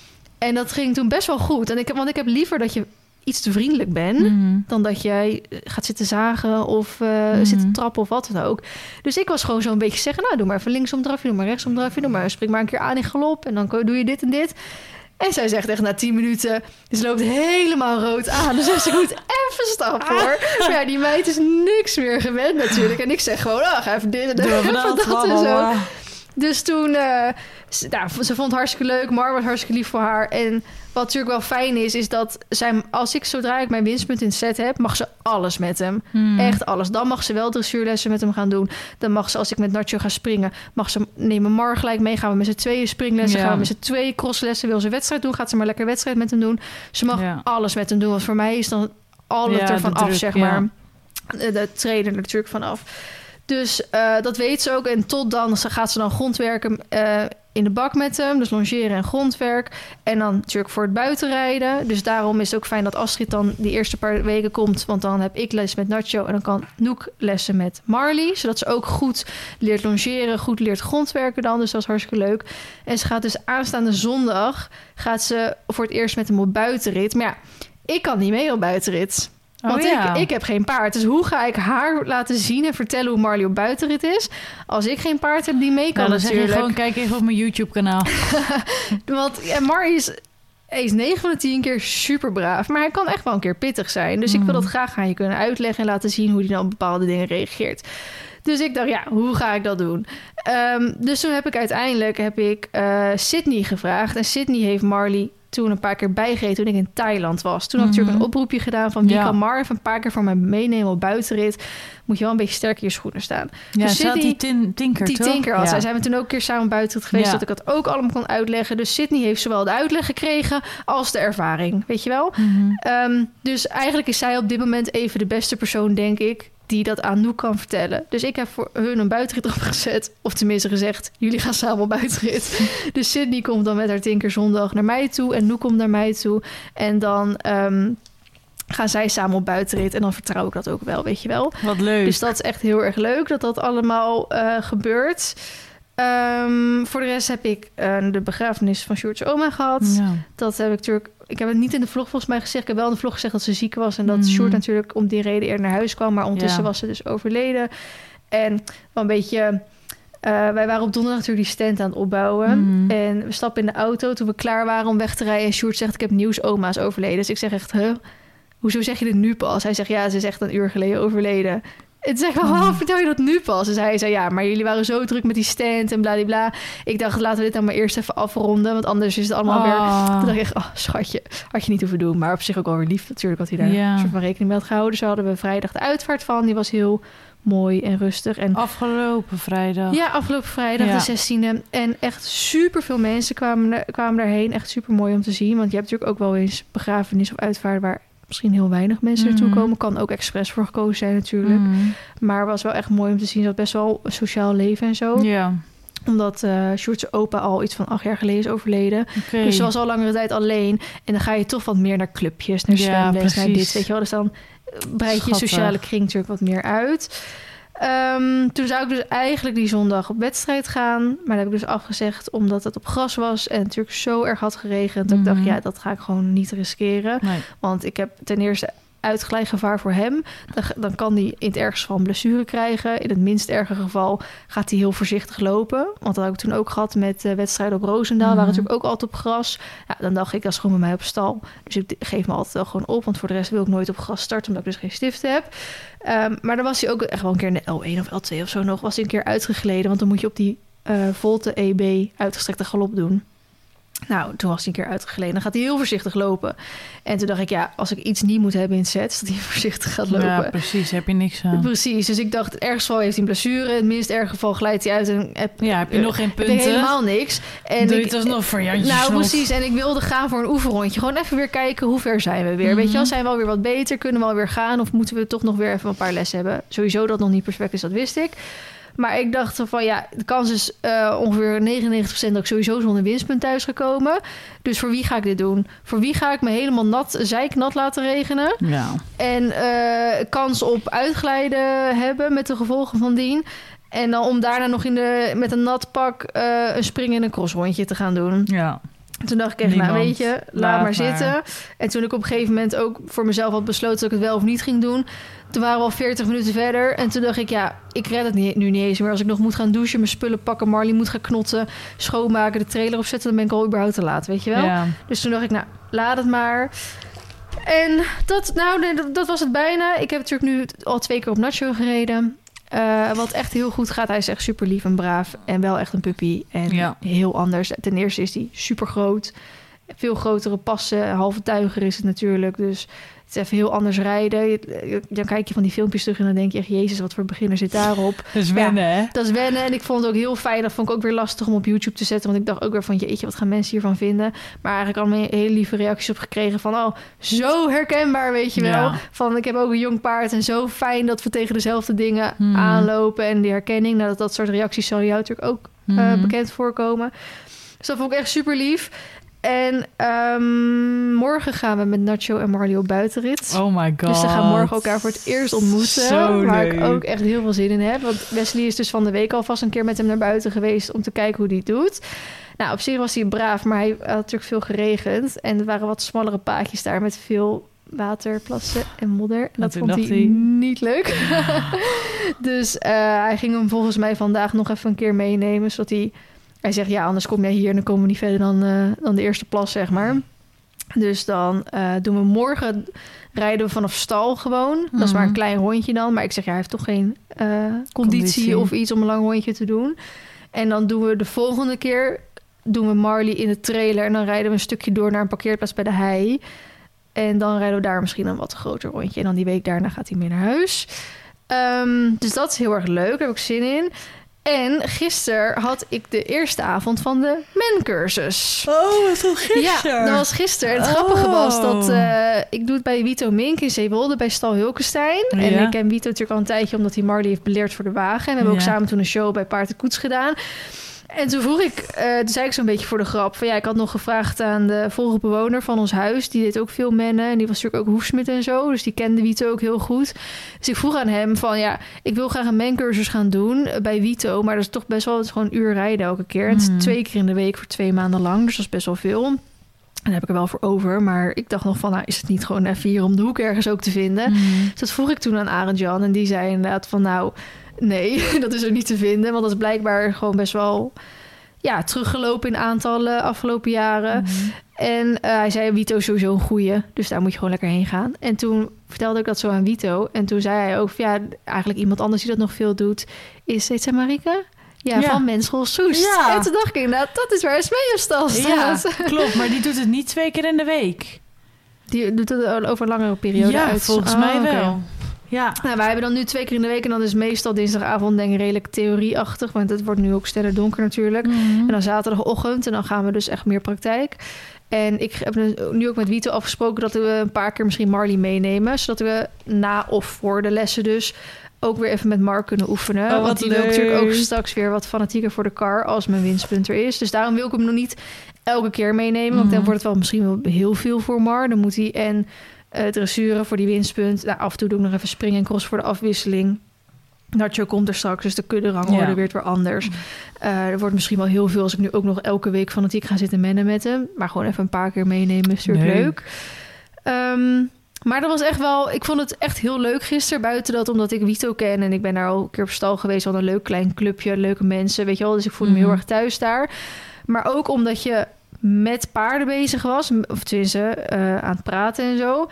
Speaker 1: En dat ging toen best wel goed. En ik, want ik heb liever dat je... iets te vriendelijk ben... Mm-hmm. dan dat jij gaat zitten zagen... of uh, mm-hmm. zit te trappen of wat dan ook. Dus ik was gewoon zo een beetje zeggen... nou, doe maar even linksom drafje, doe maar rechtsom drafje... doe maar, spring maar een keer aan in galop... en dan doe je dit en dit. En zij zegt echt na tien minuten... ze loopt helemaal rood aan. Dus ze moet even stappen, hoor. Maar ja, die meid is niks meer gewend natuurlijk. En ik zeg gewoon... oh, ga even dit en, even dat, dat en zo. Dus toen... Uh, ze, nou, ze vond het hartstikke leuk. Mar was hartstikke lief voor haar. En wat natuurlijk wel fijn is... is dat zij, als ik zodra ik mijn winstpunt in het set heb... mag ze alles met hem. Hmm. Echt alles. Dan mag ze wel dressuurlessen met hem gaan doen. Dan mag ze, als ik met Nacho ga springen... mag ze nemen Mar gelijk mee. Gaan we met z'n tweeën springlessen. Ja. Gaan we met z'n tweeën crosslessen. Wil ze wedstrijd doen? Gaat ze maar lekker wedstrijd met hem doen. Ze mag ja. alles met hem doen. Want voor mij is dan alles ja, ervan af, druk, zeg maar. Ja. De, de trainer er natuurlijk vanaf. Dus uh, dat weet ze ook. En tot dan gaat ze dan grondwerken uh, in de bak met hem. Dus longeren en grondwerk. En dan natuurlijk voor het buitenrijden. Dus daarom is het ook fijn dat Astrid dan die eerste paar weken komt. Want dan heb ik les met Nacho. En dan kan Noek lessen met Marley. Zodat ze ook goed leert longeren. Goed leert grondwerken dan. Dus dat is hartstikke leuk. En ze gaat dus aanstaande zondag... gaat ze voor het eerst met hem op buitenrit. Maar ja, ik kan niet mee op buitenrit. Want oh, ja. ik, ik heb geen paard. Dus hoe ga ik haar laten zien en vertellen hoe Marley op buitenrit is... als ik geen paard heb die mee kan,
Speaker 2: nou, dan
Speaker 1: natuurlijk.
Speaker 2: Zeg je gewoon, kijk even op mijn YouTube-kanaal.
Speaker 1: Want ja, Marley is, hij is negen van de tien keer super braaf. Maar hij kan echt wel een keer pittig zijn. Dus mm. ik wil dat graag aan je kunnen uitleggen... en laten zien hoe hij dan op bepaalde dingen reageert. Dus ik dacht, ja, hoe ga ik dat doen? Um, dus toen heb ik uiteindelijk heb ik, uh, Sydney gevraagd. En Sydney heeft Marley... toen een paar keer bijgereden toen ik in Thailand was. Toen mm-hmm. had ik natuurlijk een oproepje gedaan van... wie ja. kan Mar even een paar keer voor mij meenemen op buitenrit. Moet je wel een beetje sterk in je schoenen staan.
Speaker 2: Ja, dus Sydney, die tin, tinker,
Speaker 1: Die
Speaker 2: toch?
Speaker 1: tinker had.
Speaker 2: Ja.
Speaker 1: Zij zijn we toen ook een keer samen buitenrit geweest... Ja. dat ik dat ook allemaal kon uitleggen. Dus Sydney heeft zowel de uitleg gekregen als de ervaring. Weet je wel? Mm-hmm. Um, dus eigenlijk is zij op dit moment even de beste persoon, denk ik... die dat aan Noek kan vertellen. Dus ik heb voor hun een buitenrit opgezet. Of tenminste gezegd, jullie gaan samen op buitenrit. Dus Sydney komt dan met haar tinker zondag naar mij toe. En Noek komt naar mij toe. En dan um, gaan zij samen op buitenrit. En dan vertrouw ik dat ook wel, weet je wel.
Speaker 2: Wat leuk.
Speaker 1: Dus dat is echt heel erg leuk dat dat allemaal uh, gebeurt. Um, voor de rest heb ik uh, de begrafenis van Sjoerd's oma gehad. Ja. Dat heb ik natuurlijk... Ik heb het niet in de vlog volgens mij gezegd. Ik heb wel in de vlog gezegd dat ze ziek was. En dat mm. Sjoerd natuurlijk om die reden eerder naar huis kwam. Maar ondertussen ja. was ze dus overleden. En wel een beetje... Uh, wij waren op donderdag natuurlijk die stand aan het opbouwen. Mm. En we stappen in de auto toen we klaar waren om weg te rijden. En Sjoerd zegt, ik heb nieuws, oma is overleden. Dus ik zeg echt, huh? Hoezo zeg je dit nu pas? Hij zegt, ja, ze is echt een uur geleden overleden. En toen zeg ik, waarom vertel je dat nu pas? Dus hij zei, ja, maar jullie waren zo druk met die stand en bladibla. Ik dacht, laten we dit dan maar eerst even afronden. Want anders is het allemaal oh. weer... Toen dacht ik echt, oh, schatje, had je niet hoeven doen. Maar op zich ook wel weer lief. Natuurlijk had hij daar ja. een soort van rekening mee had gehouden. Dus we hadden we vrijdag de uitvaart van. Die was heel mooi en rustig. En
Speaker 2: afgelopen vrijdag.
Speaker 1: Ja, afgelopen vrijdag, ja. de zestiende. En echt super veel mensen kwamen, kwamen daarheen. Echt super mooi om te zien. Want je hebt natuurlijk ook wel eens begrafenis of uitvaart... waar misschien heel weinig mensen naartoe mm. komen. Kan ook expres voor gekozen zijn natuurlijk. Mm. Maar het was wel echt mooi om te zien. Dat best wel een sociaal leven en zo.
Speaker 2: Ja.
Speaker 1: Omdat uh, Sjoerd's opa al iets van acht jaar geleden is overleden. Okay. Dus ze was al langere tijd alleen. En dan ga je toch wat meer naar clubjes, naar zwemles, ja, naar dit. Weet je wel. Dus dan breid je sociale kring natuurlijk wat meer uit. Um, toen zou ik dus eigenlijk die zondag op wedstrijd gaan. Maar dat heb ik dus afgezegd omdat het op gras was. En natuurlijk zo erg had geregend. Dat mm-hmm. ik dacht, ja, dat ga ik gewoon niet riskeren. Nee. Want ik heb ten eerste uitgeleid gevaar voor hem. Dan, dan kan hij in het ergste geval een blessure krijgen. In het minst erge geval gaat hij heel voorzichtig lopen. Want dat heb ik toen ook gehad met uh, wedstrijden op Roosendaal. Mm-hmm. Waren natuurlijk ook altijd op gras. Ja, dan dacht ik, dat is gewoon bij mij op stal. Dus ik geef me altijd wel gewoon op. Want voor de rest wil ik nooit op gras starten. Omdat ik dus geen stift heb. Um, maar dan was hij ook echt wel een keer in de L één of L twee of zo nog. Was hij een keer uitgegleden. Want dan moet je op die uh, Volte E B uitgestrekte galop doen. Nou, toen was hij een keer uitgegleden. Dan gaat hij heel voorzichtig lopen. En toen dacht ik, ja, als ik iets niet moet hebben in het set... dat hij voorzichtig gaat lopen.
Speaker 2: Ja, precies. Heb je niks aan.
Speaker 1: Precies. Dus ik dacht, ergens geval heeft hij een blessure. In het minst erge geval glijdt hij uit. En heb,
Speaker 2: ja, heb je uh, nog geen punten?
Speaker 1: Heb je helemaal niks. En
Speaker 2: doe je
Speaker 1: ik,
Speaker 2: het alsnog voor Jantje
Speaker 1: Nou,
Speaker 2: snot.
Speaker 1: Precies. En ik wilde gaan voor een oefenrondje. Gewoon even weer kijken, hoe ver zijn we weer? Mm-hmm. Weet je wel, zijn we alweer wat beter? Kunnen we alweer gaan? Of moeten we toch nog weer even een paar lessen hebben? Sowieso dat nog niet perfect is, dat wist ik. Maar ik dacht van ja, de kans is uh, ongeveer negenennegentig procent dat ik sowieso zonder winstpunt thuis ga komen. Dus voor wie ga ik dit doen? Voor wie ga ik me helemaal nat, zeiknat laten regenen?
Speaker 2: Ja.
Speaker 1: En uh, kans op uitglijden hebben met de gevolgen van dien. En dan om daarna nog in de, met een nat pak uh, een spring- en een crossrondje te gaan doen.
Speaker 2: Ja.
Speaker 1: Toen dacht ik echt, nou weet je, laat, laat maar, maar zitten. En toen ik op een gegeven moment ook voor mezelf had besloten dat ik het wel of niet ging doen. Toen waren we al veertig minuten verder. En toen dacht ik, ja, ik red het niet, nu niet eens meer. Als ik nog moet gaan douchen, mijn spullen pakken, Marley moet gaan knotten, schoonmaken, de trailer opzetten, dan ben ik al überhaupt te laat, weet je wel. Ja. Dus toen dacht ik, nou, laat het maar. En dat, nou, nee, dat, dat was het bijna. Ik heb natuurlijk nu al twee keer op Nacho gereden. Uh, wat echt heel goed gaat. Hij is echt super lief en braaf. En wel echt een puppy. En ja. heel anders. Ten eerste is hij super groot. Veel grotere passen. Halve tuiger is het natuurlijk. Dus het is even heel anders rijden. Dan kijk je van die filmpjes terug en dan denk je echt, jezus, wat voor beginner zit daarop.
Speaker 2: Dat is wennen, ja, hè?
Speaker 1: Dat is wennen. En ik vond het ook heel fijn. Dat vond ik ook weer lastig om op YouTube te zetten. Want ik dacht ook weer van, jeetje, wat gaan mensen hiervan vinden? Maar eigenlijk allemaal hele lieve reacties op gekregen van, oh, zo herkenbaar, weet je wel. Ja. Van, ik heb ook een jong paard en zo fijn dat we tegen dezelfde dingen hmm. aanlopen. En die herkenning, nou, dat, dat soort reacties zal jou natuurlijk ook hmm. uh, bekend voorkomen. Dus dat vond ik echt super lief. En um, morgen gaan we met Nacho en Marley op buitenrit.
Speaker 2: Oh my god.
Speaker 1: Dus ze gaan morgen elkaar voor het eerst ontmoeten.
Speaker 2: Zo
Speaker 1: waar
Speaker 2: leuk.
Speaker 1: Ik ook echt heel veel zin in heb. Want Wesley is dus van de week alvast een keer met hem naar buiten geweest om te kijken hoe hij het doet. Nou, op zich was hij braaf, maar hij had natuurlijk veel geregend. En er waren wat smallere paadjes daar met veel water, plassen en modder. En dat vond hij, hij niet leuk. Dus uh, hij ging hem volgens mij vandaag nog even een keer meenemen, zodat hij... Hij zegt, ja, anders kom jij hier en dan komen we niet verder dan, uh, dan de eerste plas, zeg maar. Dus dan uh, doen we morgen, rijden we vanaf stal gewoon. Mm-hmm. Dat is maar een klein rondje dan. Maar ik zeg, ja, hij heeft toch geen uh, conditie, conditie of iets om een lang rondje te doen. En dan doen we de volgende keer, doen we Marley in de trailer. En dan rijden we een stukje door naar een parkeerplaats bij de hei. En dan rijden we daar misschien een wat groter rondje. En dan die week daarna gaat hij mee naar huis. Um, dus dat is heel erg leuk, daar heb ik zin in. En gisteren had ik de eerste avond van de mencursus.
Speaker 2: Oh, wat was gisteren?
Speaker 1: Ja, dat was gisteren. Het oh. grappige was dat uh, ik doe het bij Wito Mink in Zeewolde bij Stal Hulkenstein. Ja. En ik ken Wito natuurlijk al een tijdje omdat hij Marley heeft beleerd voor de wagen. En we hebben ja. ook samen toen een show bij Paard en Koets gedaan. En toen vroeg ik, uh, toen zei ik zo'n beetje voor de grap... van ja, ik had nog gevraagd aan de vorige bewoner van ons huis... die deed ook veel mennen en die was natuurlijk ook hoefsmid en zo... dus die kende Vito ook heel goed. Dus ik vroeg aan hem van ja, ik wil graag een mencursus gaan doen bij Vito... maar dat is toch best wel, het is gewoon een uur rijden elke keer. En het is twee keer in de week voor twee maanden lang, dus dat is best wel veel... En daar heb ik er wel voor over. Maar ik dacht nog van, nou, is het niet gewoon even hier om de hoek ergens ook te vinden? Mm. Dus dat vroeg ik toen aan Arend-Jan. En die zei inderdaad van, nou, nee, dat is er niet te vinden. Want dat is blijkbaar gewoon best wel ja, teruggelopen in aantallen afgelopen jaren. Mm. En uh, hij zei, Vito is sowieso een goeie. Dus daar moet je gewoon lekker heen gaan. En toen vertelde ik dat zo aan Vito. En toen zei hij ook, ja, eigenlijk iemand anders die dat nog veel doet... is, heet zij Marike? Ja, ja, van Menschool Soest. Ja. En toen dacht ik inderdaad, dat is waar Smee op stal staat.
Speaker 2: Ja, klopt. Maar die doet het niet twee keer in de week.
Speaker 1: Die doet het over een langere periode
Speaker 2: ja,
Speaker 1: uit.
Speaker 2: volgens oh, mij wel. Okay. Ja.
Speaker 1: Nou, wij hebben dan nu twee keer in de week... en dan is meestal dinsdagavond denk ik redelijk theorieachtig... want het wordt nu ook sterren donker natuurlijk. Mm-hmm. En dan zaterdagochtend en dan gaan we dus echt meer praktijk. En ik heb nu ook met Vito afgesproken... dat we een paar keer misschien Marley meenemen... zodat we na of voor de lessen dus... ook weer even met Mark kunnen oefenen.
Speaker 2: Oh,
Speaker 1: want die
Speaker 2: leuk.
Speaker 1: wil natuurlijk ook straks weer wat fanatieker voor de kar... als mijn winstpunt er is. Dus daarom wil ik hem nog niet elke keer meenemen. Want mm-hmm. dan wordt het wel misschien wel heel veel voor Mar. Dan moet hij en uh, dressuren voor die winstpunt. Nou, af en toe doe ik nog even springen en cross voor de afwisseling. Nacho komt er straks, dus de kudderangorde ja. weer weer anders. Uh, er wordt misschien wel heel veel... als ik nu ook nog elke week fanatiek ga zitten mennen met hem. Maar gewoon even een paar keer meenemen is natuurlijk nee. leuk. Um, Maar dat was echt wel... Ik vond het echt heel leuk gisteren. Buiten dat, omdat ik Vito ken... en ik ben daar al een keer op stal geweest... al een leuk klein clubje, leuke mensen, weet je wel. Dus ik voelde me mm-hmm. heel erg thuis daar. Maar ook omdat je met paarden bezig was... of tenminste, uh, aan het praten en zo...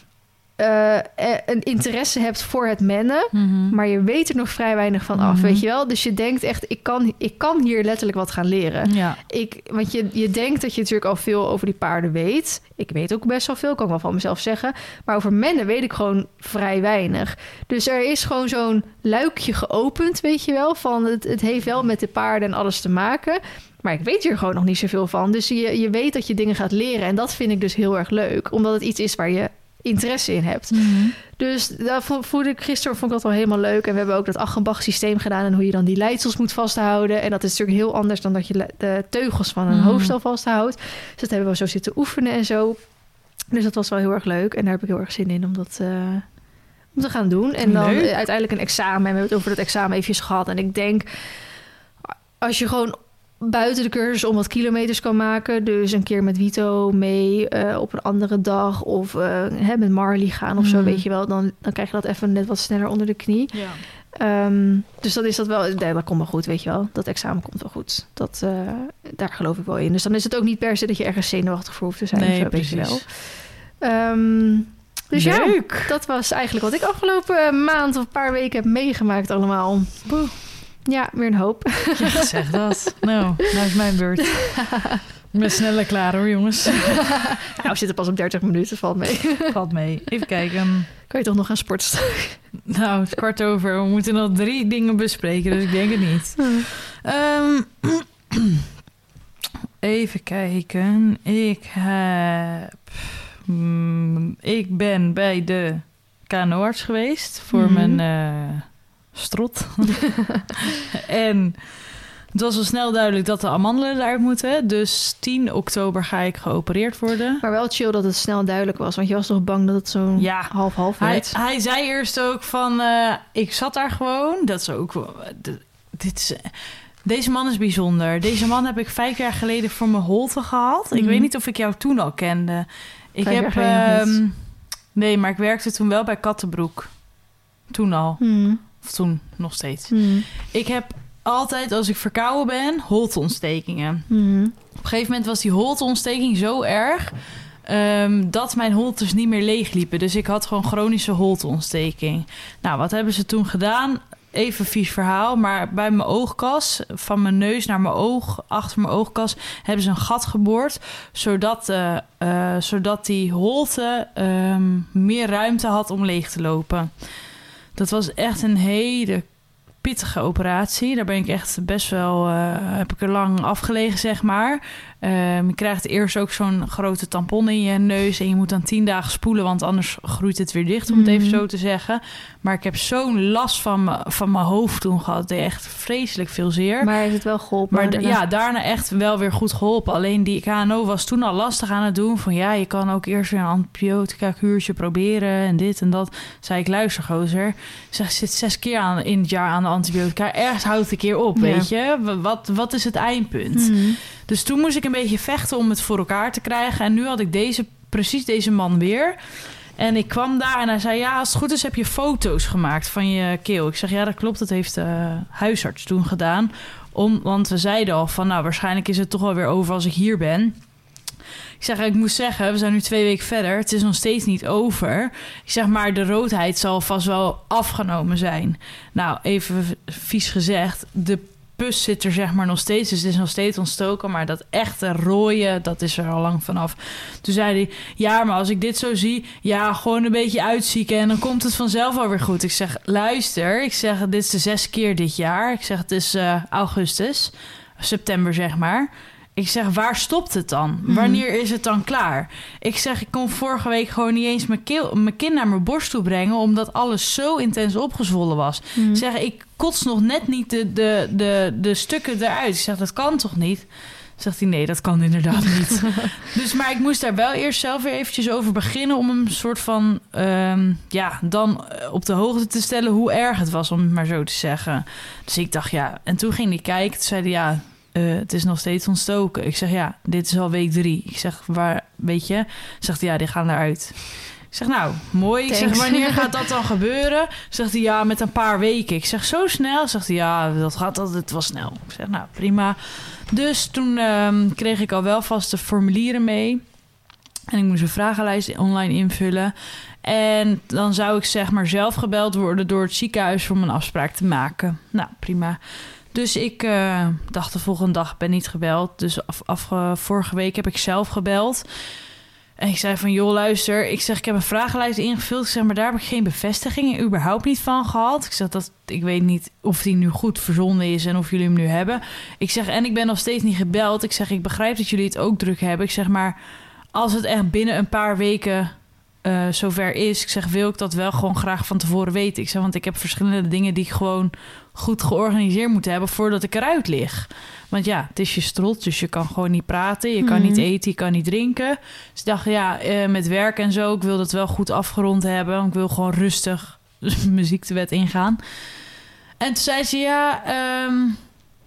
Speaker 1: Uh, een interesse hebt voor het mennen... Mm-hmm. maar je weet er nog vrij weinig van af, mm-hmm. weet je wel? Dus je denkt echt, ik kan, ik kan hier letterlijk wat gaan leren.
Speaker 2: Ja.
Speaker 1: Ik, want je, je denkt dat je natuurlijk al veel over die paarden weet. Ik weet ook best wel veel, kan ik wel van mezelf zeggen. Maar over mennen weet ik gewoon vrij weinig. Dus er is gewoon zo'n luikje geopend, weet je wel? Van het, het heeft wel met de paarden en alles te maken... Maar ik weet hier gewoon nog niet zoveel van. Dus je, je weet dat je dingen gaat leren. En dat vind ik dus heel erg leuk. Omdat het iets is waar je... interesse in hebt.
Speaker 2: Mm-hmm.
Speaker 1: Dus daar voelde ik gisteren, vond ik dat wel helemaal leuk. En we hebben ook dat Achenbach systeem gedaan... en hoe je dan die leidsels moet vasthouden. En dat is natuurlijk heel anders dan dat je de teugels van een mm. hoofdstal vasthoudt. Dus dat hebben we zo zitten oefenen en zo. Dus dat was wel heel erg leuk. En daar heb ik heel erg zin in om dat uh, om te gaan doen. En dan leuk. Uiteindelijk een examen. En we hebben het over dat examen eventjes gehad. En ik denk, als je gewoon... buiten de cursus om wat kilometers kan maken. Dus een keer met Vito mee uh, op een andere dag. Of uh, hè, met Marley gaan of mm. zo, weet je wel. Dan, dan krijg je dat even net wat sneller onder de knie.
Speaker 2: Ja.
Speaker 1: Um, dus dat is dat wel... Nee, dat komt wel goed, weet je wel. Dat examen komt wel goed. Dat, uh, daar geloof ik wel in. Dus dan is het ook niet per se dat je ergens zenuwachtig voor hoeft te zijn.
Speaker 2: Nee,
Speaker 1: of zo,
Speaker 2: precies.
Speaker 1: weet je wel. Um, dus
Speaker 2: Leuk.
Speaker 1: Ja, dat was eigenlijk wat ik afgelopen maand of een paar weken heb meegemaakt allemaal. Boe. Ja, weer een hoop.
Speaker 2: Ja, zeg dat. Nou, nou is mijn beurt. Ik ben sneller klaar hoor, jongens.
Speaker 1: Nou, we zitten pas op dertig minuten, valt mee.
Speaker 2: Valt mee. Even kijken.
Speaker 1: Kan je toch nog gaan sporten?
Speaker 2: Nou, het is kwart over. We moeten nog drie dingen bespreken, dus ik denk het niet. Um, even kijken. Ik heb... Mm, ik ben bij de kanoarts geweest voor mm-hmm. mijn... Uh, strot. En het was al snel duidelijk dat de amandelen eruit moeten. Dus tien oktober ga ik geopereerd worden.
Speaker 1: Maar wel chill dat het snel duidelijk was. Want je was toch bang dat het zo
Speaker 2: ja,
Speaker 1: half-half werd?
Speaker 2: Hij, hij zei eerst ook van... Uh, ik zat daar gewoon. Dat is ook... Uh, dit is... Deze man is bijzonder. Deze man heb ik vijf jaar geleden voor mijn holte gehad. Mm. Ik weet niet of ik jou toen al kende. Ik
Speaker 1: vijf
Speaker 2: heb... Um, nee, maar ik werkte toen wel bij Kattenbroek. Toen al.
Speaker 1: Mm.
Speaker 2: Of toen nog steeds.
Speaker 1: Mm.
Speaker 2: Ik heb altijd, als ik verkouden ben, holteontstekingen.
Speaker 1: Mm.
Speaker 2: Op een gegeven moment was die holteontsteking zo erg... Um, dat mijn holtes niet meer leeg liepen. Dus ik had gewoon chronische holteontsteking. Nou, wat hebben ze toen gedaan? Even vies verhaal, maar bij mijn oogkas... van mijn neus naar mijn oog, achter mijn oogkas... hebben ze een gat geboord... zodat, uh, uh, zodat die holte um, meer ruimte had om leeg te lopen... Dat was echt een hele pittige operatie. Daar ben ik echt best wel... Uh, heb ik er lang afgelegen, zeg maar. Uh, je krijgt eerst ook zo'n grote tampon in je neus... en je moet dan tien dagen spoelen... want anders groeit het weer dicht, om het even zo te zeggen. Maar ik heb zo'n last van, me, van mijn hoofd toen gehad. Het deed echt vreselijk veel zeer.
Speaker 1: Maar heeft het wel geholpen?
Speaker 2: Maar daarna... ja, daarna echt wel weer goed geholpen. Alleen die K N O was toen al lastig aan het doen. Van ja, je kan ook eerst weer een antibiotica-kuurtje proberen... en dit en dat. Zei ik, luister, gozer. Ik zeg, zit zes keer aan, in het jaar aan de antibiotica. Ergens houdt het een keer op, ja. weet je. Wat, wat is het eindpunt? Mm-hmm. Dus toen moest ik een beetje vechten om het voor elkaar te krijgen. En nu had ik deze, precies deze man weer. En ik kwam daar en hij zei... ja, als het goed is heb je foto's gemaakt van je keel. Ik zeg, ja, dat klopt. Dat heeft de huisarts toen gedaan. Om, want we zeiden al van... nou, waarschijnlijk is het toch wel weer over als ik hier ben... Ik zeg, ik moet zeggen, we zijn nu twee weken verder. Het is nog steeds niet over. Ik zeg, maar de roodheid zal vast wel afgenomen zijn. Nou, even vies gezegd, de pus zit er zeg maar nog steeds. Dus het is nog steeds ontstoken. Maar dat echte rooien, dat is er al lang vanaf. Toen zei hij, ja, maar als ik dit zo zie... ja, gewoon een beetje uitzieken en dan komt het vanzelf alweer goed. Ik zeg, luister, ik zeg, dit is de zesde keer dit jaar. Ik zeg, het is uh, augustus, september zeg maar... Ik zeg, waar stopt het dan? Mm-hmm. Wanneer is het dan klaar? Ik zeg, ik kon vorige week gewoon niet eens mijn, keel, mijn kin naar mijn borst toe brengen... omdat alles zo intens opgezwollen was. Mm-hmm. Ik zeg, ik kots nog net niet de, de, de, de stukken eruit. Ik zeg, dat kan toch niet? Zegt hij, nee, dat kan inderdaad niet. Dus, maar ik moest daar wel eerst zelf weer eventjes over beginnen... om een soort van, um, ja, dan op de hoogte te stellen... hoe erg het was, om het maar zo te zeggen. Dus ik dacht, ja... En toen ging hij kijken, toen zei hij, ja... Uh, het is nog steeds ontstoken. Ik zeg, ja, dit is al week drie. Ik zeg, waar, weet je? Zegt hij, ja, die gaan eruit. Ik zeg, nou, mooi. Thanks. Ik zeg, wanneer gaat dat dan gebeuren? Zegt hij, ja, met een paar weken. Ik zeg, zo snel? Zegt hij, ja, dat gaat altijd wel snel. Ik zeg, nou, prima. Dus toen um, kreeg ik al wel vast de formulieren mee. En ik moest een vragenlijst online invullen. En dan zou ik zeg maar zelf gebeld worden door het ziekenhuis... om een afspraak te maken. Nou, prima. Dus ik uh, dacht de volgende dag, ben niet gebeld. Dus af, af, uh, vorige week heb ik zelf gebeld. En ik zei van, joh, luister. Ik zeg, ik heb een vragenlijst ingevuld. Ik zeg, maar daar heb ik geen bevestigingen überhaupt niet van gehad. Ik zeg, dat, ik weet niet of die nu goed verzonden is en of jullie hem nu hebben. Ik zeg, en ik ben nog steeds niet gebeld. Ik zeg, ik begrijp dat jullie het ook druk hebben. Ik zeg, maar als het echt binnen een paar weken... Uh, zover is. Ik zeg, wil ik dat wel gewoon graag van tevoren weten. Ik zeg, want ik heb verschillende dingen die ik gewoon goed georganiseerd moet hebben voordat ik eruit lig. Want ja, het is je strot, dus je kan gewoon niet praten. Je kan mm-hmm. niet eten, je kan niet drinken. Dus ik dacht, ja, uh, met werk en zo, ik wil dat wel goed afgerond hebben. Want ik wil gewoon rustig mijn ziektewet ingaan. En toen zei ze, ja... Um,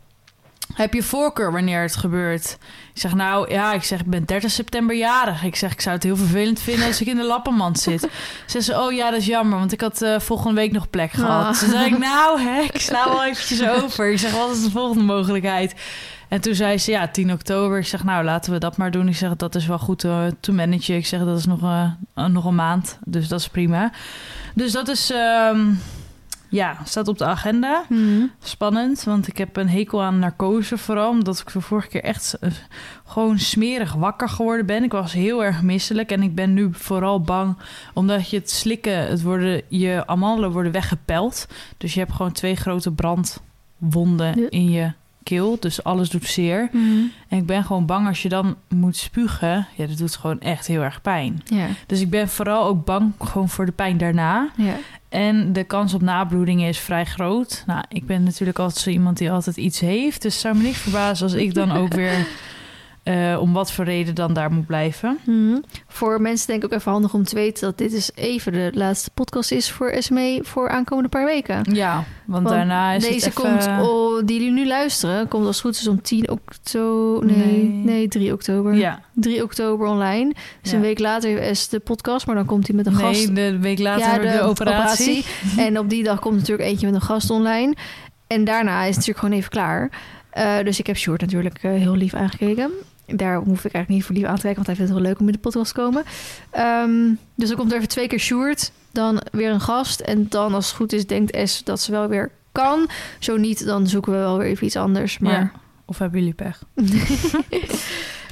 Speaker 2: heb je voorkeur wanneer het gebeurt? Ik zeg, nou ja, ik zeg, ik ben dertig september jarig. Ik zeg, ik zou het heel vervelend vinden als ik in de lappenmand zit. Ze zei, oh ja, dat is jammer, want ik had uh, volgende week nog plek gehad. Oh. Toen zei ik, nou, hè, ik sla wel eventjes over. Ik zeg, wat is de volgende mogelijkheid? En toen zei ze, ja, tien oktober. Ik zeg, nou, laten we dat maar doen. Ik zeg, dat is wel goed uh, te managen. Ik zeg, dat is nog, uh, uh, nog een maand, dus dat is prima. Dus dat is... Um, Ja, staat op de agenda. Mm. Spannend, want ik heb een hekel aan narcose vooral. Omdat ik de vorige keer echt uh, gewoon smerig wakker geworden ben. Ik was heel erg misselijk en ik ben nu vooral bang... omdat je het slikken, het worden, je amandelen worden weggepeld. Dus je hebt gewoon twee grote brandwonden ja. in je keel. Dus alles doet zeer. Mm. En ik ben gewoon bang als je dan moet spugen. Ja, dat doet gewoon echt heel erg pijn. Ja. Dus ik ben vooral ook bang gewoon voor de pijn daarna. Ja. En de kans op nabloedingen is vrij groot. Nou, ik ben natuurlijk altijd zo iemand die altijd iets heeft. Dus het zou me niet verbazen als ik dan ook weer... Uh, om wat voor reden dan daar moet blijven.
Speaker 1: Mm-hmm. Voor mensen denk ik ook even handig om te weten... dat dit dus even de laatste podcast is voor S M E... voor aankomende paar weken.
Speaker 2: Ja, want, want daarna is
Speaker 1: deze
Speaker 2: het even...
Speaker 1: komt, oh, die jullie nu luisteren... komt als het goed is om tien oktober... Nee, nee, nee drie oktober. Ja. drie oktober online. Dus ja. een week later is de podcast... maar dan komt hij met een
Speaker 2: nee,
Speaker 1: gast.
Speaker 2: Nee, de week later ja, de, de operatie.
Speaker 1: operatie. En op die dag komt natuurlijk eentje met een gast online. En daarna is het natuurlijk gewoon even klaar. Uh, dus ik heb Sjoerd natuurlijk uh, heel lief aangekeken... Daar hoef ik eigenlijk niet voor lief aan te kijken... want hij vindt het wel leuk om in de podcast te komen. Um, dus dan komt er even twee keer Sjoerd... dan weer een gast... en dan als het goed is denkt S dat ze wel weer kan. Zo niet, dan zoeken we wel weer even iets anders. Maar... Ja,
Speaker 2: of hebben jullie pech?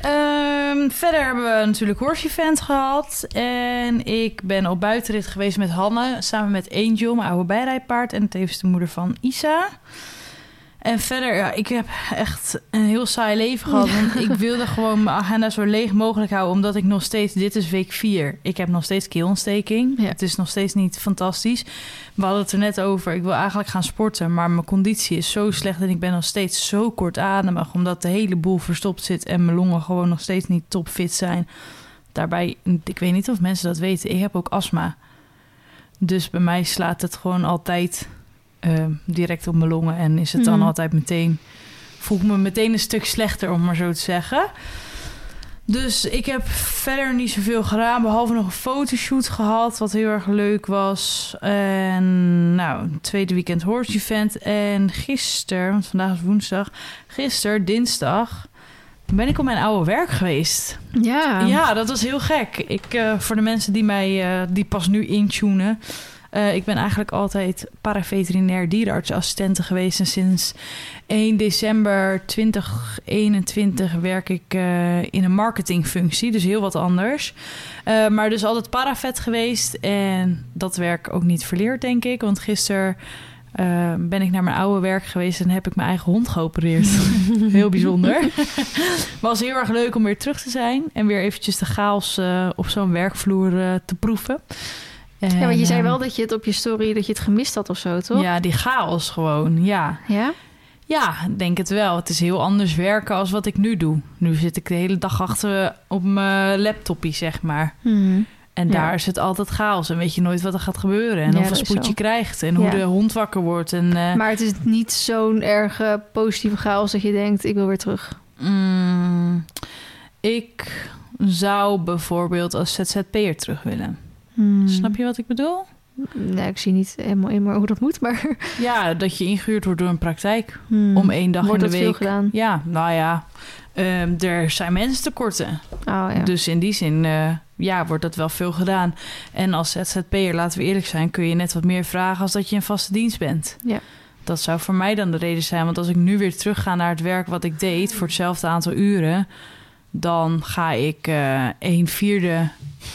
Speaker 2: Um, verder hebben we natuurlijk Horse Event gehad. En ik ben op buitenrit geweest met Hanne. Samen met Angel, mijn oude bijrijpaard. En tevens de moeder van Isa. En verder, ja, ik heb echt een heel saai leven gehad. Want ik wilde gewoon mijn agenda zo leeg mogelijk houden. Omdat ik nog steeds... Dit is week vier. Ik heb nog steeds keelontsteking. Ja. Het is nog steeds niet fantastisch. We hadden het er net over. Ik wil eigenlijk gaan sporten. Maar mijn conditie is zo slecht. En ik ben nog steeds zo kortademig. Omdat de hele boel verstopt zit. En mijn longen gewoon nog steeds niet topfit zijn. Daarbij, ik weet niet of mensen dat weten. Ik heb ook astma. Dus bij mij slaat het gewoon altijd... Uh, direct op mijn longen. En is het dan mm. altijd meteen... voel ik me meteen een stuk slechter, om maar zo te zeggen. Dus ik heb verder niet zoveel gedaan... behalve nog een fotoshoot gehad... wat heel erg leuk was. En nou, een tweede weekend Horse Event. En gisteren, want vandaag is woensdag... gisteren, dinsdag... ben ik op mijn oude werk geweest.
Speaker 1: Ja.
Speaker 2: Ja, dat was heel gek. Ik, uh, voor de mensen die mij... Uh, die pas nu intunen... Uh, ik ben eigenlijk altijd paraveterinair dierenartsassistente geweest. En sinds één december twintig eenentwintig werk ik uh, in een marketingfunctie. Dus heel wat anders. Uh, maar dus altijd paravet geweest. En dat werk ook niet verleerd, denk ik. Want gisteren uh, ben ik naar mijn oude werk geweest... en heb ik mijn eigen hond geopereerd. Heel bijzonder. Was heel erg leuk om weer terug te zijn. En weer eventjes de chaos uh, op zo'n werkvloer uh, te proeven. En,
Speaker 1: ja, maar je zei wel dat je het op je story... dat je het gemist had of zo, toch?
Speaker 2: Ja, die chaos gewoon, ja.
Speaker 1: Ja?
Speaker 2: Ja, denk het wel. Het is heel anders werken als wat ik nu doe. Nu zit ik de hele dag achter op mijn laptopje, zeg maar.
Speaker 1: Hmm.
Speaker 2: En
Speaker 1: ja.
Speaker 2: daar is het altijd chaos. En weet je nooit wat er gaat gebeuren. En
Speaker 1: ja,
Speaker 2: of een spoed je krijgt. En hoe
Speaker 1: ja.
Speaker 2: de hond wakker wordt. En, uh...
Speaker 1: Maar het is niet zo'n erge positieve chaos... dat je denkt, ik wil weer terug.
Speaker 2: Mm, ik zou bijvoorbeeld als Z Z P'er terug willen.
Speaker 1: Hmm.
Speaker 2: Snap je wat ik bedoel?
Speaker 1: Nee, ik zie niet helemaal in maar hoe dat moet, maar...
Speaker 2: Ja, dat je ingehuurd wordt door een praktijk.
Speaker 1: Hmm.
Speaker 2: Om één dag
Speaker 1: wordt
Speaker 2: in de
Speaker 1: dat
Speaker 2: week.
Speaker 1: Veel gedaan?
Speaker 2: Ja, nou ja. Um, er zijn mensen tekorten.
Speaker 1: Oh, ja.
Speaker 2: Dus in die zin, uh, ja, wordt dat wel veel gedaan. En als Z Z P'er, laten we eerlijk zijn... kun je net wat meer vragen als dat je in vaste dienst bent.
Speaker 1: Ja.
Speaker 2: Dat zou voor mij dan de reden zijn. Want als ik nu weer terug ga naar het werk wat ik deed... voor hetzelfde aantal uren... dan ga ik uh, een vierde...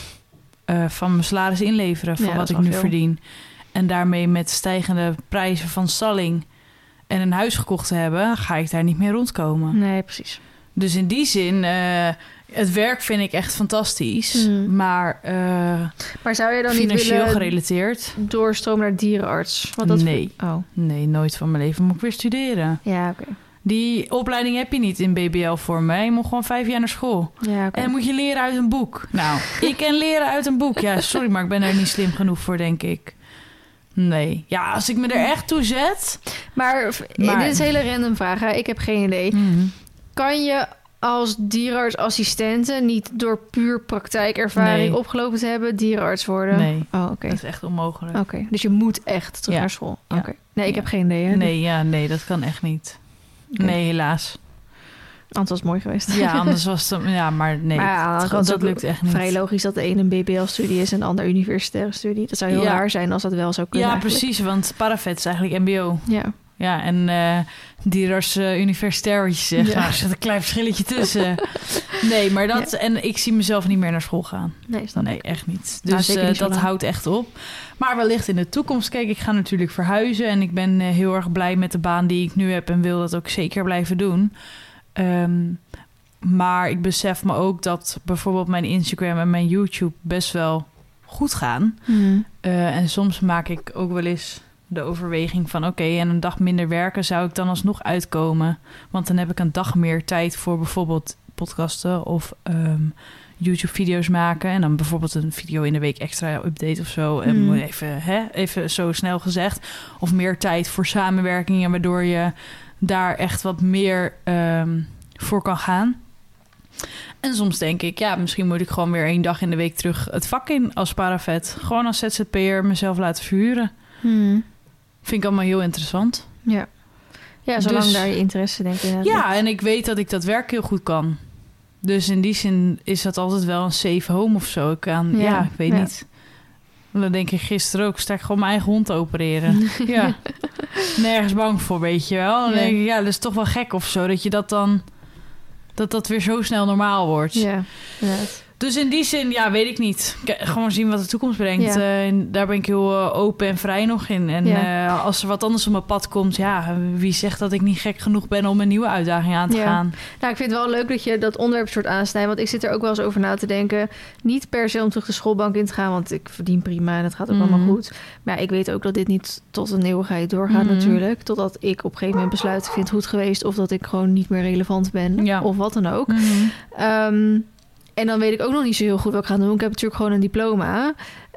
Speaker 2: Uh, van mijn salaris inleveren van ja, wat ik nu veel. verdien. En daarmee met stijgende prijzen van stalling en een huis gekocht te hebben, ga ik daar niet meer rondkomen.
Speaker 1: Nee, precies.
Speaker 2: Dus in die zin, uh, het werk vind ik echt fantastisch. Mm. Maar, uh,
Speaker 1: maar zou je dan
Speaker 2: financieel
Speaker 1: niet willen
Speaker 2: gerelateerd
Speaker 1: doorstromen naar dierenarts? Want dat
Speaker 2: nee.
Speaker 1: Oh.
Speaker 2: Nee, nooit van mijn leven moet ik weer studeren.
Speaker 1: Ja, oké. Okay.
Speaker 2: Die opleiding heb je niet in B B L voor mij. Je moet gewoon vijf jaar naar school.
Speaker 1: Ja, okay.
Speaker 2: En dan moet je leren uit een boek. Nou, ik ken leren uit een boek. Ja, sorry, maar ik ben er niet slim genoeg voor, denk ik. Nee. Ja, als ik me er echt toe zet...
Speaker 1: Maar, maar... dit is een hele random vraag. Hè? Ik heb geen idee.
Speaker 2: Mm-hmm.
Speaker 1: Kan je als dierenartsassistente niet door puur praktijkervaring nee. opgelopen te hebben dierenarts worden?
Speaker 2: Nee,
Speaker 1: oh, okay.
Speaker 2: dat is echt onmogelijk.
Speaker 1: Oké, okay. Dus je moet echt terug
Speaker 2: ja.
Speaker 1: naar school?
Speaker 2: Ja.
Speaker 1: Oké. Okay. Nee, ik
Speaker 2: ja.
Speaker 1: heb geen idee. Hè?
Speaker 2: Nee, ja, nee, dat kan echt niet. Okay. Nee, helaas.
Speaker 1: Anders was het mooi geweest.
Speaker 2: Ja, anders was het... Ja, maar nee, maar ja, dat, dat, dat lukt echt niet.
Speaker 1: Vrij logisch dat de een een B B L-studie is en de ander een universitaire studie. Dat zou heel ja. raar zijn als dat wel zou kunnen.
Speaker 2: Ja,
Speaker 1: eigenlijk.
Speaker 2: precies, want paravet is eigenlijk M B O.
Speaker 1: Ja.
Speaker 2: Ja, en uh, dierarts uh, universitair, wat je zegt. Ja. Nou, er zit een klein verschilletje tussen. Nee, maar dat... Ja. En ik zie mezelf niet meer naar school gaan.
Speaker 1: Nee, snap
Speaker 2: Nee,
Speaker 1: ik.
Speaker 2: echt niet. Dus
Speaker 1: nou,
Speaker 2: uh,
Speaker 1: niet
Speaker 2: dat
Speaker 1: lang.
Speaker 2: houdt echt op. Maar wellicht in de toekomst. Kijk, ik ga natuurlijk verhuizen. En ik ben uh, heel erg blij met de baan die ik nu heb. En wil dat ook zeker blijven doen. Um, maar ik besef me ook dat bijvoorbeeld mijn Instagram en mijn YouTube best wel goed gaan.
Speaker 1: Mm.
Speaker 2: Uh, en soms maak ik ook wel eens de overweging van... oké, okay, en een dag minder werken zou ik dan alsnog uitkomen. Want dan heb ik een dag meer tijd voor bijvoorbeeld podcasten of um, YouTube-video's maken. En dan bijvoorbeeld een video in de week extra update of zo. En mm. even, hè, even zo snel gezegd. Of meer tijd voor samenwerkingen, waardoor je daar echt wat meer um, voor kan gaan. En soms denk ik, ja, misschien moet ik gewoon weer één dag in de week terug het vak in als paravet. Gewoon als Z Z P'er mezelf laten verhuren.
Speaker 1: Hmm.
Speaker 2: Vind ik allemaal heel interessant.
Speaker 1: Ja, ja zolang
Speaker 2: dus,
Speaker 1: daar je interesse denk ik.
Speaker 2: Ja, en ik weet dat ik dat werk heel goed kan. Dus in die zin is dat altijd wel een safe home of zo. Ik kan, ja, ja, ik weet ja. niet. Dan denk ik gisteren ook, sta ik gewoon mijn eigen hond te opereren. Ja, nergens bang voor, weet je wel. Dan ja. denk ik, ja, dat is toch wel gek of zo, dat je dat dan... Dat dat weer zo snel normaal wordt.
Speaker 1: Ja, inderdaad.
Speaker 2: Dus in die zin, ja, weet ik niet. K- gewoon zien wat de toekomst brengt.
Speaker 1: Ja.
Speaker 2: Uh, en daar ben ik heel uh, open en vrij nog in. En
Speaker 1: Ja.
Speaker 2: uh, als er wat anders op mijn pad komt... ja, wie zegt dat ik niet gek genoeg ben om een nieuwe uitdaging aan te
Speaker 1: Ja.
Speaker 2: gaan?
Speaker 1: Nou, ik vind het wel leuk dat je dat onderwerp soort aansnijdt. Want ik zit er ook wel eens over na te denken. Niet per se om terug de schoolbank in te gaan. Want ik verdien prima en het gaat ook
Speaker 2: Mhm.
Speaker 1: allemaal goed. Maar ja, ik weet ook dat dit niet tot een eeuwigheid doorgaat
Speaker 2: Mhm.
Speaker 1: natuurlijk. Totdat ik op een gegeven moment besluit... ik vind het goed geweest. Of dat ik gewoon niet meer relevant ben.
Speaker 2: Ja.
Speaker 1: Of wat dan ook.
Speaker 2: Mm-hmm.
Speaker 1: Um, en dan weet ik ook nog niet zo heel goed wat ik ga doen. Ik heb natuurlijk gewoon een diploma.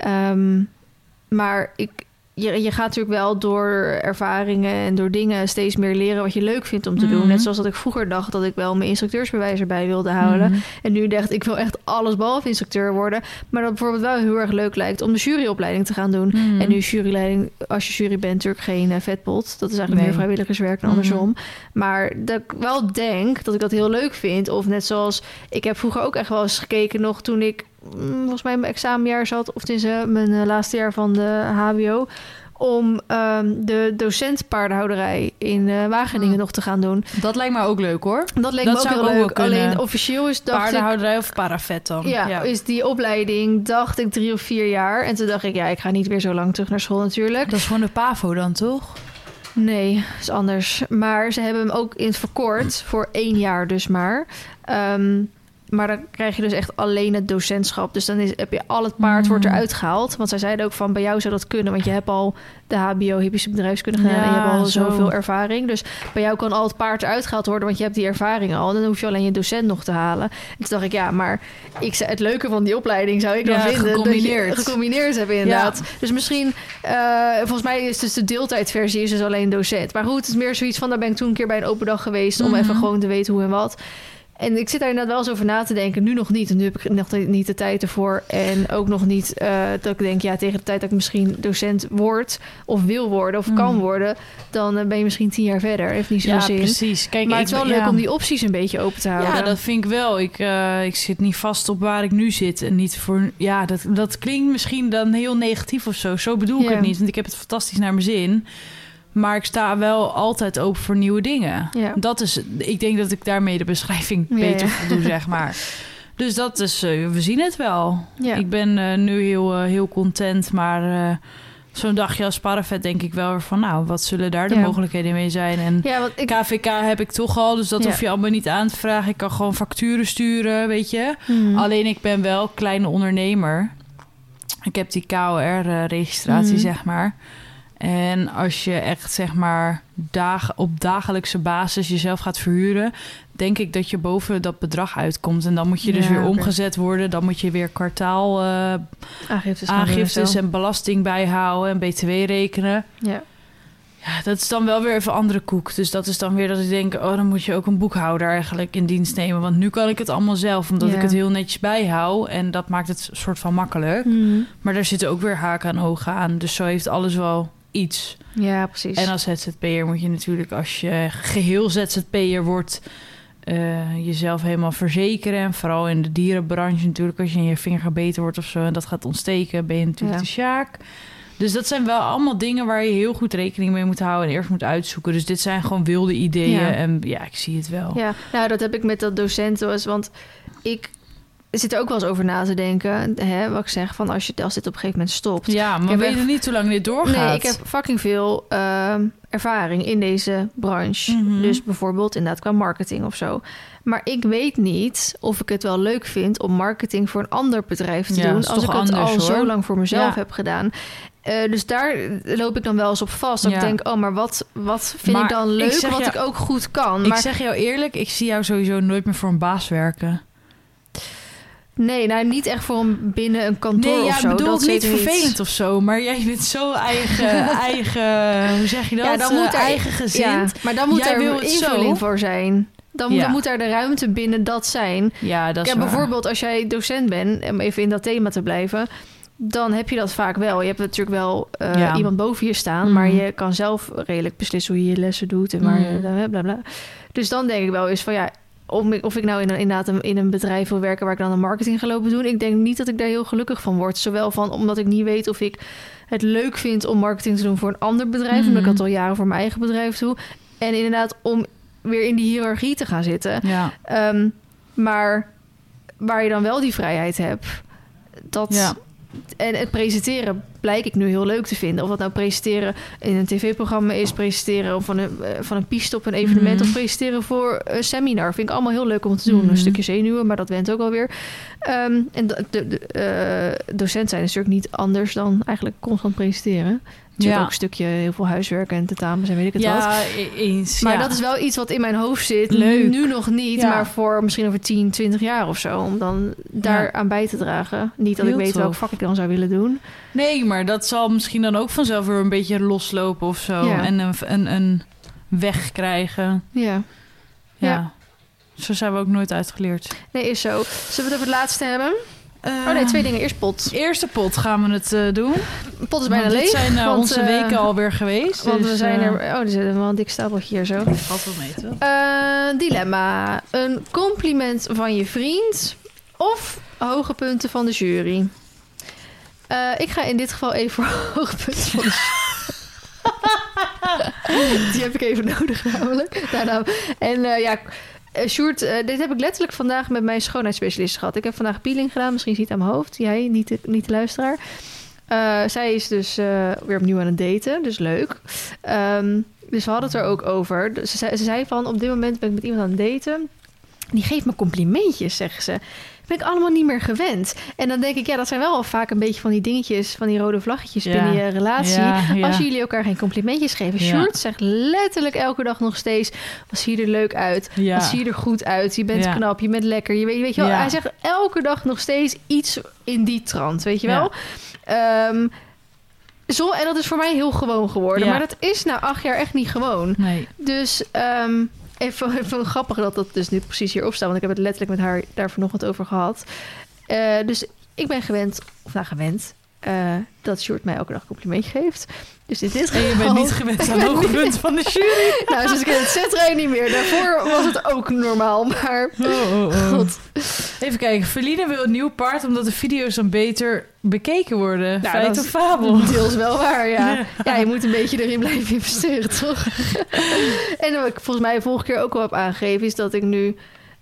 Speaker 1: Um, maar ik, je, je gaat natuurlijk wel door ervaringen en door dingen steeds meer leren wat je leuk vindt om te doen.
Speaker 2: Mhm.
Speaker 1: Net zoals dat ik vroeger dacht dat ik wel mijn instructeursbewijs erbij wilde houden.
Speaker 2: Mhm.
Speaker 1: En nu dacht ik wil echt alles behalve instructeur worden. Maar dat bijvoorbeeld wel heel erg leuk lijkt om de juryopleiding te gaan doen.
Speaker 2: Mhm.
Speaker 1: En nu is juryleiding, als je jury bent, natuurlijk geen uh, vetpot. Dat is eigenlijk
Speaker 2: Nee.
Speaker 1: meer vrijwilligerswerk dan
Speaker 2: Mhm.
Speaker 1: andersom. Maar dat ik wel denk dat ik dat heel leuk vind. Of net zoals, ik heb vroeger ook echt wel eens gekeken nog toen ik mm, volgens mij mijn examenjaar zat. Of het is uh, mijn uh, laatste jaar van de H B O. Om um, de docent paardenhouderij in uh, Wageningen
Speaker 2: Hmm.
Speaker 1: nog te gaan doen.
Speaker 2: Dat lijkt me ook leuk, hoor.
Speaker 1: Dat leek
Speaker 2: Dat
Speaker 1: me ook
Speaker 2: zou
Speaker 1: heel
Speaker 2: ik ook
Speaker 1: leuk.
Speaker 2: wel kunnen.
Speaker 1: Alleen officieel is dacht ik...
Speaker 2: Paardenhouderij of paravet dan?
Speaker 1: Ja, is die opleiding, dacht ik, drie of vier jaar. En toen dacht ik, ja, ik ga niet weer zo lang terug naar school natuurlijk.
Speaker 2: Dat is gewoon de PAVO dan, toch?
Speaker 1: Nee, is anders. Maar ze hebben hem ook in het verkort voor één jaar dus maar. Um, maar dan krijg je dus echt alleen het docentschap. Dus dan is, heb je al het paard
Speaker 2: Mm.
Speaker 1: wordt eruit gehaald. Want zij zeiden ook van, bij jou zou dat kunnen. Want je hebt al de H B O hippische bedrijfskunde gedaan.
Speaker 2: Ja,
Speaker 1: en je hebt al
Speaker 2: zo.
Speaker 1: zoveel ervaring. Dus bij jou kan al het paard eruit gehaald worden. Want je hebt die ervaring al. Dan hoef je alleen je docent nog te halen. En toen dacht ik, ja, maar ik, zei- het leuke van die opleiding zou ik dan
Speaker 2: Ja,
Speaker 1: vinden.
Speaker 2: gecombineerd.
Speaker 1: Dat je gecombineerd hebben inderdaad.
Speaker 2: Ja.
Speaker 1: Dus misschien, uh, volgens mij is dus de deeltijdversie is dus alleen docent. Maar goed, het is meer zoiets van, daar ben ik toen een keer bij een open dag geweest. Om
Speaker 2: Mhm.
Speaker 1: even gewoon te weten hoe en wat. En ik zit daar inderdaad wel eens over na te denken. Nu nog niet. En nu heb ik nog niet de tijd ervoor. En ook nog niet uh, dat ik denk... ja, tegen de tijd dat ik misschien docent word... of wil worden of
Speaker 2: Mm.
Speaker 1: kan worden... dan uh, ben je misschien tien jaar verder. Heeft niet zoveel
Speaker 2: Ja,
Speaker 1: zin.
Speaker 2: precies. Kijk,
Speaker 1: Maar
Speaker 2: ik
Speaker 1: het is wel
Speaker 2: ben-
Speaker 1: leuk
Speaker 2: ja.
Speaker 1: om die opties een beetje open te houden.
Speaker 2: Ja, dat vind ik wel. Ik, uh, ik zit niet vast op waar ik nu zit. En niet voor... Ja, dat, dat klinkt misschien dan heel negatief of zo. Zo bedoel ik
Speaker 1: Ja.
Speaker 2: het niet. Want ik heb het fantastisch naar mijn zin. Maar ik sta wel altijd open voor nieuwe dingen.
Speaker 1: Ja.
Speaker 2: Dat is... Ik denk dat ik daarmee de beschrijving
Speaker 1: Ja,
Speaker 2: beter
Speaker 1: ja.
Speaker 2: voldoe, zeg maar. Dus dat is... Uh, we zien het wel.
Speaker 1: Ja.
Speaker 2: Ik ben uh, nu heel, uh, heel content, maar... Uh, zo'n dagje als Paravet denk ik wel weer van... nou, wat zullen daar de
Speaker 1: Ja.
Speaker 2: mogelijkheden mee zijn? En
Speaker 1: Ja, want ik...
Speaker 2: K V K heb ik toch al, dus dat
Speaker 1: Ja.
Speaker 2: hoef je allemaal niet aan te vragen. Ik kan gewoon facturen sturen, weet je.
Speaker 1: Hmm.
Speaker 2: Alleen ik ben wel kleine ondernemer. Ik heb die K O R-registratie,
Speaker 1: Mhm.
Speaker 2: zeg maar. En als je echt, zeg maar, dag, op dagelijkse basis jezelf gaat verhuren... denk ik dat je boven dat bedrag uitkomt. En dan moet je dus
Speaker 1: Ja,
Speaker 2: weer
Speaker 1: oké.
Speaker 2: omgezet worden. Dan moet je weer kwartaal uh,
Speaker 1: Aangiftes, gaan doen en
Speaker 2: aangiftes
Speaker 1: zo.
Speaker 2: en belasting bijhouden en B T W rekenen.
Speaker 1: Ja.
Speaker 2: Ja, dat is dan wel weer even andere koek. Dus dat is dan weer dat ik denk... oh, dan moet je ook een boekhouder eigenlijk in dienst nemen. Want nu kan ik het allemaal zelf, omdat
Speaker 1: Ja.
Speaker 2: ik het heel netjes bijhoud. En dat maakt het soort van makkelijk.
Speaker 1: Hmm.
Speaker 2: Maar daar zitten ook weer haken en ogen aan. Dus zo heeft alles wel iets.
Speaker 1: Ja, precies.
Speaker 2: En als Z Z P'er moet je natuurlijk, als je geheel Z Z P'er wordt... Uh, jezelf helemaal verzekeren. En vooral in de dierenbranche natuurlijk... als je in je vinger gebeten wordt of zo... en dat gaat ontsteken, ben je natuurlijk
Speaker 1: Ja.
Speaker 2: de sjaak. Dus dat zijn wel allemaal dingen waar je heel goed rekening mee moet houden... en eerst moet uitzoeken. Dus dit zijn gewoon wilde ideeën.
Speaker 1: Ja.
Speaker 2: En ja, ik zie het wel.
Speaker 1: Ja, nou, dat heb ik met dat docent. was, Want ik zit er ook wel eens over na te denken. Hè, wat ik zeg, van als, je, als dit op een gegeven moment stopt.
Speaker 2: Ja, maar
Speaker 1: heb
Speaker 2: weet je
Speaker 1: echt-
Speaker 2: niet hoe lang dit doorgaat?
Speaker 1: Nee, ik heb fucking veel uh, ervaring in deze branche.
Speaker 2: Mhm.
Speaker 1: Dus bijvoorbeeld inderdaad qua marketing of zo. Maar ik weet niet of ik het wel leuk vind... om marketing voor een ander bedrijf te
Speaker 2: Ja,
Speaker 1: doen...
Speaker 2: is
Speaker 1: als ik
Speaker 2: toch
Speaker 1: het al
Speaker 2: anders,
Speaker 1: zo
Speaker 2: hoor.
Speaker 1: lang voor mezelf
Speaker 2: Ja.
Speaker 1: heb gedaan. Uh, dus daar loop ik dan wel eens op vast. Dat
Speaker 2: Ja.
Speaker 1: ik denk, oh, maar wat, wat vind
Speaker 2: Maar
Speaker 1: ik dan
Speaker 2: ik
Speaker 1: leuk...
Speaker 2: zeg
Speaker 1: wat
Speaker 2: jou-
Speaker 1: ik ook goed kan?
Speaker 2: Ik
Speaker 1: Maar
Speaker 2: zeg jou eerlijk, ik zie jou sowieso nooit meer voor een baas werken.
Speaker 1: nee, nou, niet echt voor een, binnen een kantoor
Speaker 2: Nee, ja,
Speaker 1: of zo.
Speaker 2: ik bedoel
Speaker 1: dat
Speaker 2: het niet
Speaker 1: zeker
Speaker 2: vervelend of zo. Maar jij bent zo eigen, eigen hoe zeg je dat?
Speaker 1: Ja, dan moet
Speaker 2: Eh,
Speaker 1: er
Speaker 2: eigen gezind.
Speaker 1: Ja, maar dan moet
Speaker 2: Jij
Speaker 1: er
Speaker 2: wil
Speaker 1: een
Speaker 2: het zo.
Speaker 1: invulling voor zijn. Dan,
Speaker 2: Ja.
Speaker 1: dan moet daar de ruimte binnen dat zijn.
Speaker 2: Ja, dat is
Speaker 1: Ja,
Speaker 2: waar.
Speaker 1: bijvoorbeeld als jij docent bent, om even in dat thema te blijven, dan heb je dat vaak wel. Je hebt natuurlijk wel uh,
Speaker 2: Ja.
Speaker 1: iemand boven je staan,
Speaker 2: Mhm.
Speaker 1: maar je kan zelf redelijk beslissen hoe je je lessen doet en waar
Speaker 2: Mhm.
Speaker 1: je bla, bla, bla. Dus dan denk ik wel eens van ja, of ik, of ik nou in een, inderdaad een, in een bedrijf wil werken waar ik dan een marketing ga lopen doen. Ik denk niet dat ik daar heel gelukkig van word. Zowel van omdat ik niet weet of ik het leuk vind om marketing te doen voor een ander bedrijf,
Speaker 2: Mhm.
Speaker 1: omdat ik dat al jaren voor mijn eigen bedrijf doe. En inderdaad om weer in die hiërarchie te gaan zitten.
Speaker 2: Ja.
Speaker 1: Um, maar waar je dan wel die vrijheid hebt, dat...
Speaker 2: Ja.
Speaker 1: En het presenteren blijk ik nu heel leuk te vinden. Of dat nou presenteren in een tv-programma is, presenteren van een, van een piste op een evenement, mm-hmm. of presenteren voor een seminar. Vind ik allemaal heel leuk om te doen. Mm-hmm. Een stukje zenuwen, maar dat went ook alweer. Um, en de, de, de uh, docent zijn is natuurlijk niet anders dan eigenlijk constant presenteren. Natuurlijk ja. ook een stukje heel veel huiswerk en tentamens en weet ik het
Speaker 2: ja,
Speaker 1: wat.
Speaker 2: Eens,
Speaker 1: maar
Speaker 2: ja.
Speaker 1: dat is wel iets wat in mijn hoofd zit.
Speaker 2: Leuk.
Speaker 1: Nu nog niet, ja. maar voor misschien over tien, twintig jaar of zo. Om dan daar ja. aan bij te dragen. Niet dat heel ik weet tof. welk vak ik dan zou willen doen.
Speaker 2: Nee, maar dat zal misschien dan ook vanzelf weer een beetje loslopen of zo. Ja. En een, een, een weg krijgen.
Speaker 1: Ja.
Speaker 2: ja. Ja. Zo zijn we ook nooit uitgeleerd.
Speaker 1: Nee, is zo. Zullen we het over het laatste hebben? Uh, oh nee, twee dingen. Eerst pot.
Speaker 2: Eerste pot gaan we het uh, doen.
Speaker 1: Pot is bijna
Speaker 2: want
Speaker 1: leeg.
Speaker 2: Dit zijn uh,
Speaker 1: want,
Speaker 2: onze uh, weken alweer geweest.
Speaker 1: Want
Speaker 2: dus,
Speaker 1: we zijn
Speaker 2: uh,
Speaker 1: er... Oh, er zit wel een dik stapeltje hier zo.
Speaker 2: Valt wel mee, toch?
Speaker 1: Uh, dilemma. Een compliment van je vriend of hoge punten van de jury? Uh, ik ga in dit geval even voor hoge punten van de jury. Die heb ik even nodig namelijk. Nou, nou. En uh, ja... Uh, Sjoerd, uh, dit heb ik letterlijk vandaag met mijn schoonheidsspecialist gehad. Ik heb vandaag peeling gedaan. Misschien ziet het aan mijn hoofd. Jij, niet de, niet de luisteraar. Uh, zij is dus uh, weer opnieuw aan het daten. Dus leuk. Um, dus we hadden het er ook over. Dus ze, ze zei van, op dit moment ben ik met iemand aan het daten. Die geeft me complimentjes, zegt ze. Ben ik allemaal niet meer gewend. En dan denk ik, ja, dat zijn wel al vaak een beetje van die dingetjes, van die rode vlaggetjes ja. binnen je relatie. Ja, ja. Als jullie elkaar geen complimentjes geven. Ja. Sjoerd zegt letterlijk elke dag nog steeds, wat zie je er leuk uit? Ja. Wat zie je er goed uit? Je bent ja. knap, je bent lekker. Je weet, weet je wel, ja. hij zegt elke dag nog steeds iets in die trant, weet je wel? Ja. Um, zo, en dat is voor mij heel gewoon geworden. Ja. Maar dat is na acht jaar echt niet gewoon.
Speaker 2: Nee.
Speaker 1: Dus... Um, Even, even grappig dat dat dus nu precies hierop staat. Want ik heb het letterlijk met haar daar vanochtend over gehad. Uh, dus ik ben gewend, of nou gewend... Uh, dat Sjoerd mij elke dag een complimentje geeft. Dus in dit geval...
Speaker 2: En je bent niet gewend aan hoge punten van de jury.
Speaker 1: Nou, dus ik in het zetrij niet meer. Daarvoor was het ook normaal, maar...
Speaker 2: Oh, oh, oh. God. Even kijken. Feline wil een nieuw paard... omdat de video's dan beter bekeken worden. Nou, feit of fabel?
Speaker 1: Deels wel waar, ja. ja. Ja, je moet een beetje erin blijven investeren, toch? En wat ik volgens mij de vorige keer ook wel heb aangegeven... is dat ik nu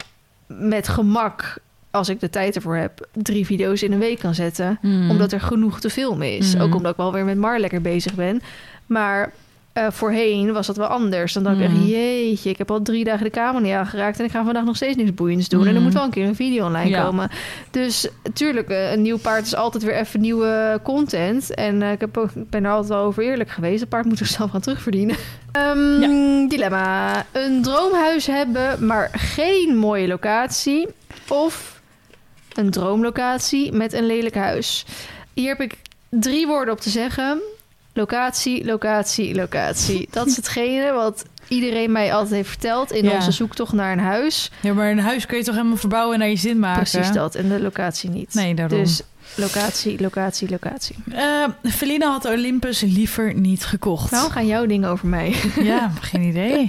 Speaker 1: met gemak... als ik de tijd ervoor heb, drie video's in een week kan zetten. Mm. Omdat er genoeg te filmen is. Mm. Ook omdat ik wel weer met Mar lekker bezig ben. Maar uh, voorheen was dat wel anders. Dan dacht mm. ik echt, jeetje, ik heb al drie dagen de kamer niet aangeraakt... en ik ga vandaag nog steeds niks boeiends doen. Mm. En er moet wel een keer een video online ja. komen. Dus tuurlijk, uh, een nieuw paard is altijd weer even nieuwe content. En uh, ik, heb ook, ik ben er altijd wel over eerlijk geweest. Het paard moet zichzelf gaan terugverdienen. Um, ja. Dilemma. Een droomhuis hebben, maar geen mooie locatie... of... een droomlocatie met een lelijk huis. Hier heb ik drie woorden op te zeggen. Locatie, locatie, locatie. Dat is hetgene wat iedereen mij altijd heeft verteld... in ja. onze zoektocht naar een huis.
Speaker 2: Ja, maar een huis kun je toch helemaal verbouwen en naar je zin maken?
Speaker 1: Precies dat. En de locatie niet.
Speaker 2: Nee, daarom.
Speaker 1: Dus locatie, locatie, locatie.
Speaker 2: Uh, Feline had Olympus liever niet gekocht.
Speaker 1: Nou, gaan jouw dingen over mij.
Speaker 2: Ja, geen idee.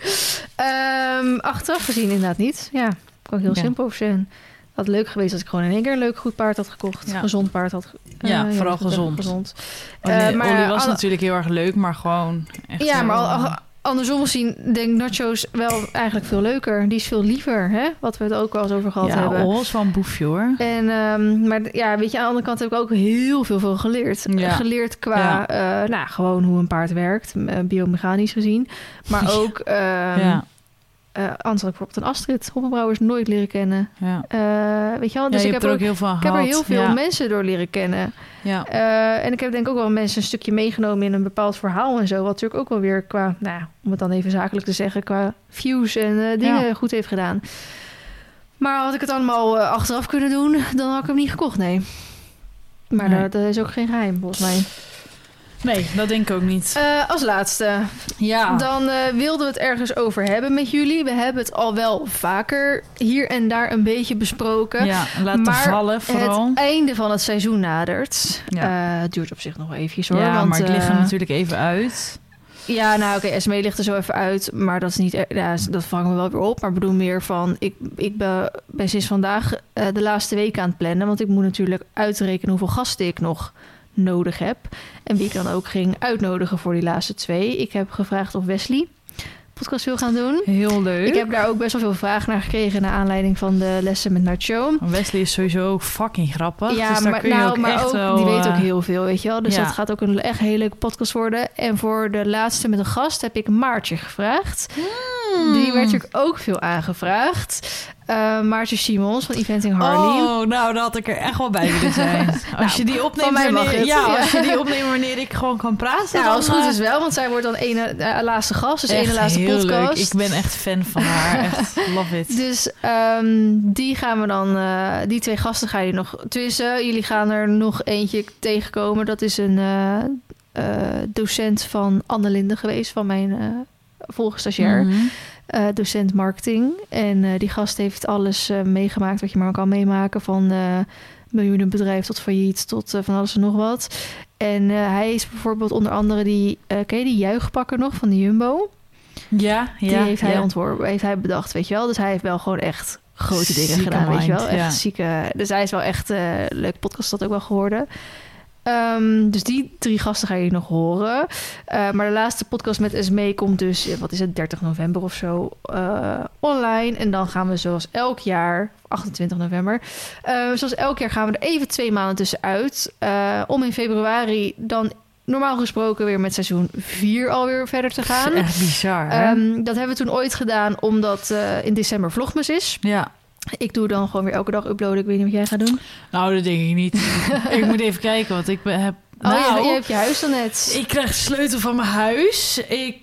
Speaker 1: um, achteraf gezien inderdaad niet. Ja, kan ik heel ja. simpel over zijn. Had leuk geweest als ik gewoon in één keer een leuk goed paard had gekocht. Ja. Gezond paard had uh,
Speaker 2: Ja, vooral ja, gezond.
Speaker 1: gezond.
Speaker 2: Oh, nee, uh, maar Ollie was al... natuurlijk heel erg leuk, maar gewoon echt...
Speaker 1: Ja,
Speaker 2: heel...
Speaker 1: maar al, andersom gezien denk ik Nacho's wel eigenlijk veel leuker. Die is veel liever, hè? Wat we het ook al eens over gehad
Speaker 2: ja,
Speaker 1: hebben.
Speaker 2: Ja, oh, is wel een boefje, hoor.
Speaker 1: En, um, maar ja, weet je, aan de andere kant heb ik ook heel veel, veel geleerd. Ja. Geleerd qua, ja. uh, nou, gewoon hoe een paard werkt. Uh, biomechanisch gezien. Maar ook... Um, ja. Uh, anders had ik bijvoorbeeld een Astrid Hoppenbrouwers nooit leren kennen.
Speaker 2: Ja.
Speaker 1: Uh, weet je wel? Dus
Speaker 2: ja, je
Speaker 1: ik, heb er
Speaker 2: ook heel veel
Speaker 1: ik heb er heel veel
Speaker 2: ja.
Speaker 1: mensen door leren kennen.
Speaker 2: Ja.
Speaker 1: Uh, en ik heb denk ik ook wel mensen een stukje meegenomen in een bepaald verhaal en zo. Wat natuurlijk ook wel weer qua, nou, om het dan even zakelijk te zeggen, qua views en uh, dingen ja. goed heeft gedaan. Maar had ik het allemaal uh, achteraf kunnen doen, dan had ik hem niet gekocht, nee. Maar nee. dat, dat is ook geen geheim, volgens mij.
Speaker 2: Nee, dat denk ik ook niet.
Speaker 1: Uh, als laatste.
Speaker 2: Ja.
Speaker 1: Dan uh, wilden we het ergens over hebben met jullie. We hebben het al wel vaker hier en daar een beetje besproken.
Speaker 2: Ja, laten maar vallen vooral.
Speaker 1: Het einde van het seizoen nadert. Ja. Uh, het duurt op zich nog wel eventjes hoor.
Speaker 2: Ja,
Speaker 1: want,
Speaker 2: maar ik lig er
Speaker 1: uh,
Speaker 2: natuurlijk even uit.
Speaker 1: Ja, nou oké, okay, Esmee ligt er zo even uit. Maar dat is niet, ja, dat vangen we wel weer op. Maar ik bedoel meer van, ik, ik ben, ben sinds vandaag uh, de laatste week aan het plannen. Want ik moet natuurlijk uitrekenen hoeveel gasten ik nog nodig heb. En wie ik dan ook ging uitnodigen voor die laatste twee. Ik heb gevraagd of Wesley podcast wil gaan doen.
Speaker 2: Heel leuk.
Speaker 1: Ik heb daar ook best wel veel vragen naar gekregen... naar aanleiding van de lessen met Nacho.
Speaker 2: Wesley is sowieso fucking grappig.
Speaker 1: Ja,
Speaker 2: dus daar
Speaker 1: maar,
Speaker 2: kun je
Speaker 1: nou,
Speaker 2: ook
Speaker 1: maar
Speaker 2: echt
Speaker 1: ook,
Speaker 2: wel,
Speaker 1: die weet ook
Speaker 2: uh,
Speaker 1: heel veel, weet je wel. Dus
Speaker 2: ja.
Speaker 1: dat gaat ook een echt hele leuke podcast worden. En voor de laatste met een gast heb ik Maartje gevraagd.
Speaker 2: Hmm.
Speaker 1: Die werd natuurlijk ook veel aangevraagd. Uh, Maartje Simons van Eventing Harley.
Speaker 2: Oh, nou, daar had ik er echt wel bij willen zijn. Als
Speaker 1: Nou,
Speaker 2: je die opneemt
Speaker 1: van mij mag
Speaker 2: wanneer,
Speaker 1: het.
Speaker 2: ja,
Speaker 1: Ja.
Speaker 2: als je die opneemt wanneer ik gewoon kan praten.
Speaker 1: Ja,
Speaker 2: dan,
Speaker 1: als het goed
Speaker 2: uh,
Speaker 1: is wel, want zij wordt dan ene uh, laatste gast. Dus
Speaker 2: echt
Speaker 1: ene laatste
Speaker 2: heel
Speaker 1: podcast.
Speaker 2: leuk. Ik ben echt fan van haar. Echt, love it.
Speaker 1: Dus um, die gaan we dan... Uh, die twee gasten ga je nog tussen. Jullie gaan er nog eentje tegenkomen. Dat is een uh, uh, docent van Anne Linde geweest. Van mijn uh, vorige stagiair.
Speaker 2: Mm-hmm.
Speaker 1: Uh, docent marketing. En uh, die gast heeft alles uh, meegemaakt wat je maar kan meemaken. Van uh, miljoenenbedrijf tot failliet tot uh, van alles en nog wat. En uh, hij is bijvoorbeeld onder andere die... Uh, ken je die juichpakker nog van de Jumbo?
Speaker 2: Ja, ja.
Speaker 1: Die heeft hij
Speaker 2: ja.
Speaker 1: ontworpen, heeft hij bedacht, weet je wel. Dus hij heeft wel gewoon echt grote dingen
Speaker 2: Zieke
Speaker 1: gedaan, weet je wel.
Speaker 2: mind,
Speaker 1: Echt
Speaker 2: ja.
Speaker 1: zieke... Dus hij is wel echt... Uh, leuk podcast dat ook wel geworden. Um, dus die drie gasten ga je nog horen. Uh, maar de laatste podcast met Esmee komt dus... wat is het, dertig november of zo... Uh, online. En dan gaan we zoals elk jaar... achtentwintig november... Uh, zoals elk jaar gaan we er even twee maanden tussenuit... Uh, om in februari dan... normaal gesproken weer met seizoen vier alweer verder te gaan.
Speaker 2: Dat is echt bizar, hè?
Speaker 1: Um, dat hebben we toen ooit gedaan... omdat uh, in december Vlogmas is...
Speaker 2: Ja.
Speaker 1: Ik doe dan gewoon weer elke dag uploaden. Ik weet niet wat jij gaat doen.
Speaker 2: Nou, dat denk ik niet. Ik moet even kijken, want ik ben, heb...
Speaker 1: Oh,
Speaker 2: nou,
Speaker 1: je, je hebt je huis dan net.
Speaker 2: Ik krijg de sleutel van mijn huis. Ik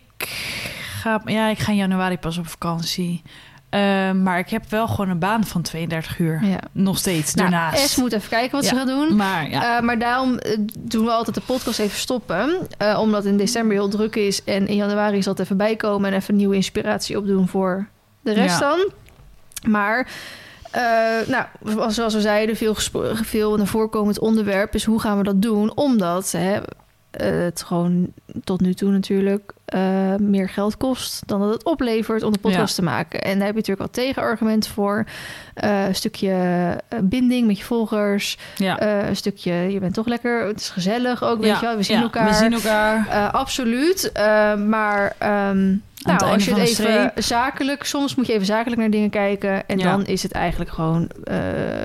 Speaker 2: ga, ja, ik ga in januari pas op vakantie. Uh, maar ik heb wel gewoon een baan van tweeëndertig uur.
Speaker 1: Ja.
Speaker 2: Nog steeds,
Speaker 1: nou,
Speaker 2: daarnaast.
Speaker 1: Es moet even kijken wat
Speaker 2: ja,
Speaker 1: ze gaat doen.
Speaker 2: Maar, ja.
Speaker 1: uh, maar daarom uh, doen we altijd de podcast even stoppen. Uh, omdat in december heel druk is. En in januari zal het even bijkomen. En even nieuwe inspiratie opdoen voor de rest
Speaker 2: ja.
Speaker 1: dan. Maar... Uh, nou, zoals we zeiden, veel, gespro- veel een voorkomend onderwerp is hoe gaan we dat doen? Omdat hè, uh, het gewoon tot nu toe natuurlijk uh, meer geld kost dan dat het oplevert om de podcast ja. te maken. En daar heb je natuurlijk wel tegenargumenten voor. Uh, een stukje uh, binding met je volgers.
Speaker 2: Ja.
Speaker 1: Uh, een stukje, je bent toch lekker, het is gezellig ook, weet
Speaker 2: ja.
Speaker 1: je wel. We zien
Speaker 2: ja.
Speaker 1: elkaar.
Speaker 2: We zien elkaar.
Speaker 1: Uh, absoluut. Uh, maar... Um, Nou,
Speaker 2: het
Speaker 1: als je het even
Speaker 2: streep.
Speaker 1: zakelijk... Soms moet je even zakelijk naar dingen kijken. En
Speaker 2: ja.
Speaker 1: dan is het eigenlijk gewoon uh,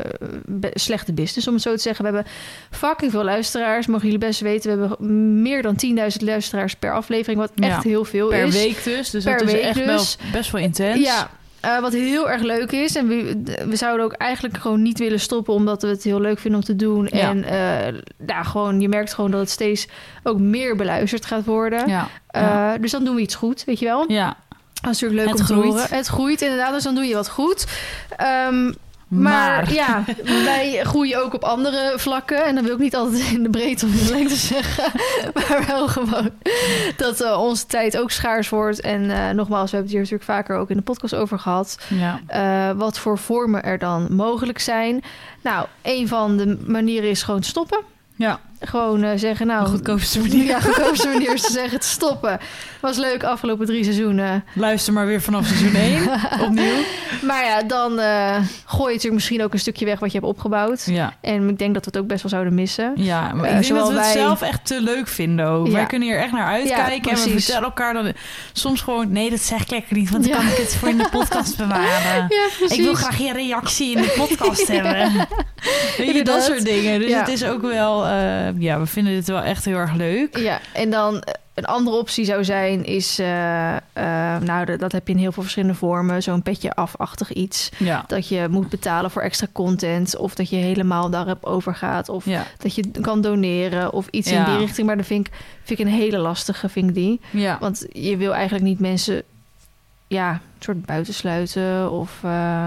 Speaker 1: be- slechte business, om het zo te zeggen. We hebben fucking veel luisteraars. Mogen jullie best weten. We hebben meer dan tienduizend luisteraars per aflevering. Wat echt ja. heel veel
Speaker 2: per
Speaker 1: is.
Speaker 2: Per week dus. Dus
Speaker 1: per
Speaker 2: dat is
Speaker 1: week
Speaker 2: echt
Speaker 1: dus.
Speaker 2: wel best wel intens.
Speaker 1: Ja. Uh, wat heel erg leuk is. En we, we zouden ook eigenlijk gewoon niet willen stoppen... omdat we het heel leuk vinden om te doen. Ja. En uh, nou, gewoon, je merkt gewoon dat het steeds ook meer beluisterd gaat worden.
Speaker 2: Ja.
Speaker 1: Uh,
Speaker 2: ja.
Speaker 1: Dus dan doen we iets goed, weet je wel?
Speaker 2: Ja.
Speaker 1: Dat is natuurlijk leuk
Speaker 2: het
Speaker 1: om
Speaker 2: groeit.
Speaker 1: te horen. Het groeit inderdaad, dus dan doe je wat goed. Um, maar,
Speaker 2: maar
Speaker 1: ja, wij groeien ook op andere vlakken. En dan wil ik niet altijd in de breedte of in de lengte zeggen. Maar wel gewoon dat uh, onze tijd ook schaars wordt. En uh, nogmaals, we hebben het hier natuurlijk vaker ook in de podcast over gehad.
Speaker 2: Ja.
Speaker 1: Uh, wat voor vormen er dan mogelijk zijn. Nou, een van de manieren is gewoon stoppen.
Speaker 2: Ja.
Speaker 1: Gewoon uh, zeggen, nou...
Speaker 2: De goedkoopste manier.
Speaker 1: Ja, goedkoopste manier is te zeggen, te stoppen. Was leuk, afgelopen drie seizoenen.
Speaker 2: Luister maar weer vanaf seizoen één, opnieuw.
Speaker 1: Maar ja, dan uh, gooi je natuurlijk misschien ook een stukje weg wat je hebt opgebouwd.
Speaker 2: Ja.
Speaker 1: En ik denk dat we het ook best wel zouden missen.
Speaker 2: Ja, maar
Speaker 1: uh,
Speaker 2: ik denk dat we het
Speaker 1: wij...
Speaker 2: zelf echt te leuk vinden ook. Ja. Wij kunnen hier echt naar uitkijken. Ja, en we vertellen elkaar dan soms gewoon... Nee, dat zeg ik lekker niet, want dan ja. kan ik het voor in de podcast bewaren.
Speaker 1: Ja,
Speaker 2: ik wil graag je reactie in de podcast ja. hebben. Weet je, dat soort dingen. Dus ja. het is ook wel... Uh, ja, we vinden dit wel echt heel erg leuk.
Speaker 1: Ja, en dan... Een andere optie zou zijn, is... Uh, uh, nou, dat, dat heb je in heel veel verschillende vormen. Zo'n petje afachtig iets.
Speaker 2: Ja.
Speaker 1: Dat je moet betalen voor extra content. Of dat je helemaal daarop overgaat. Of ja. dat je kan doneren. Of iets ja. in die richting. Maar dat vind ik, vind ik een hele lastige, vind ik die.
Speaker 2: Ja.
Speaker 1: Want je wil eigenlijk niet mensen... Ja, een soort buitensluiten. Of... Uh,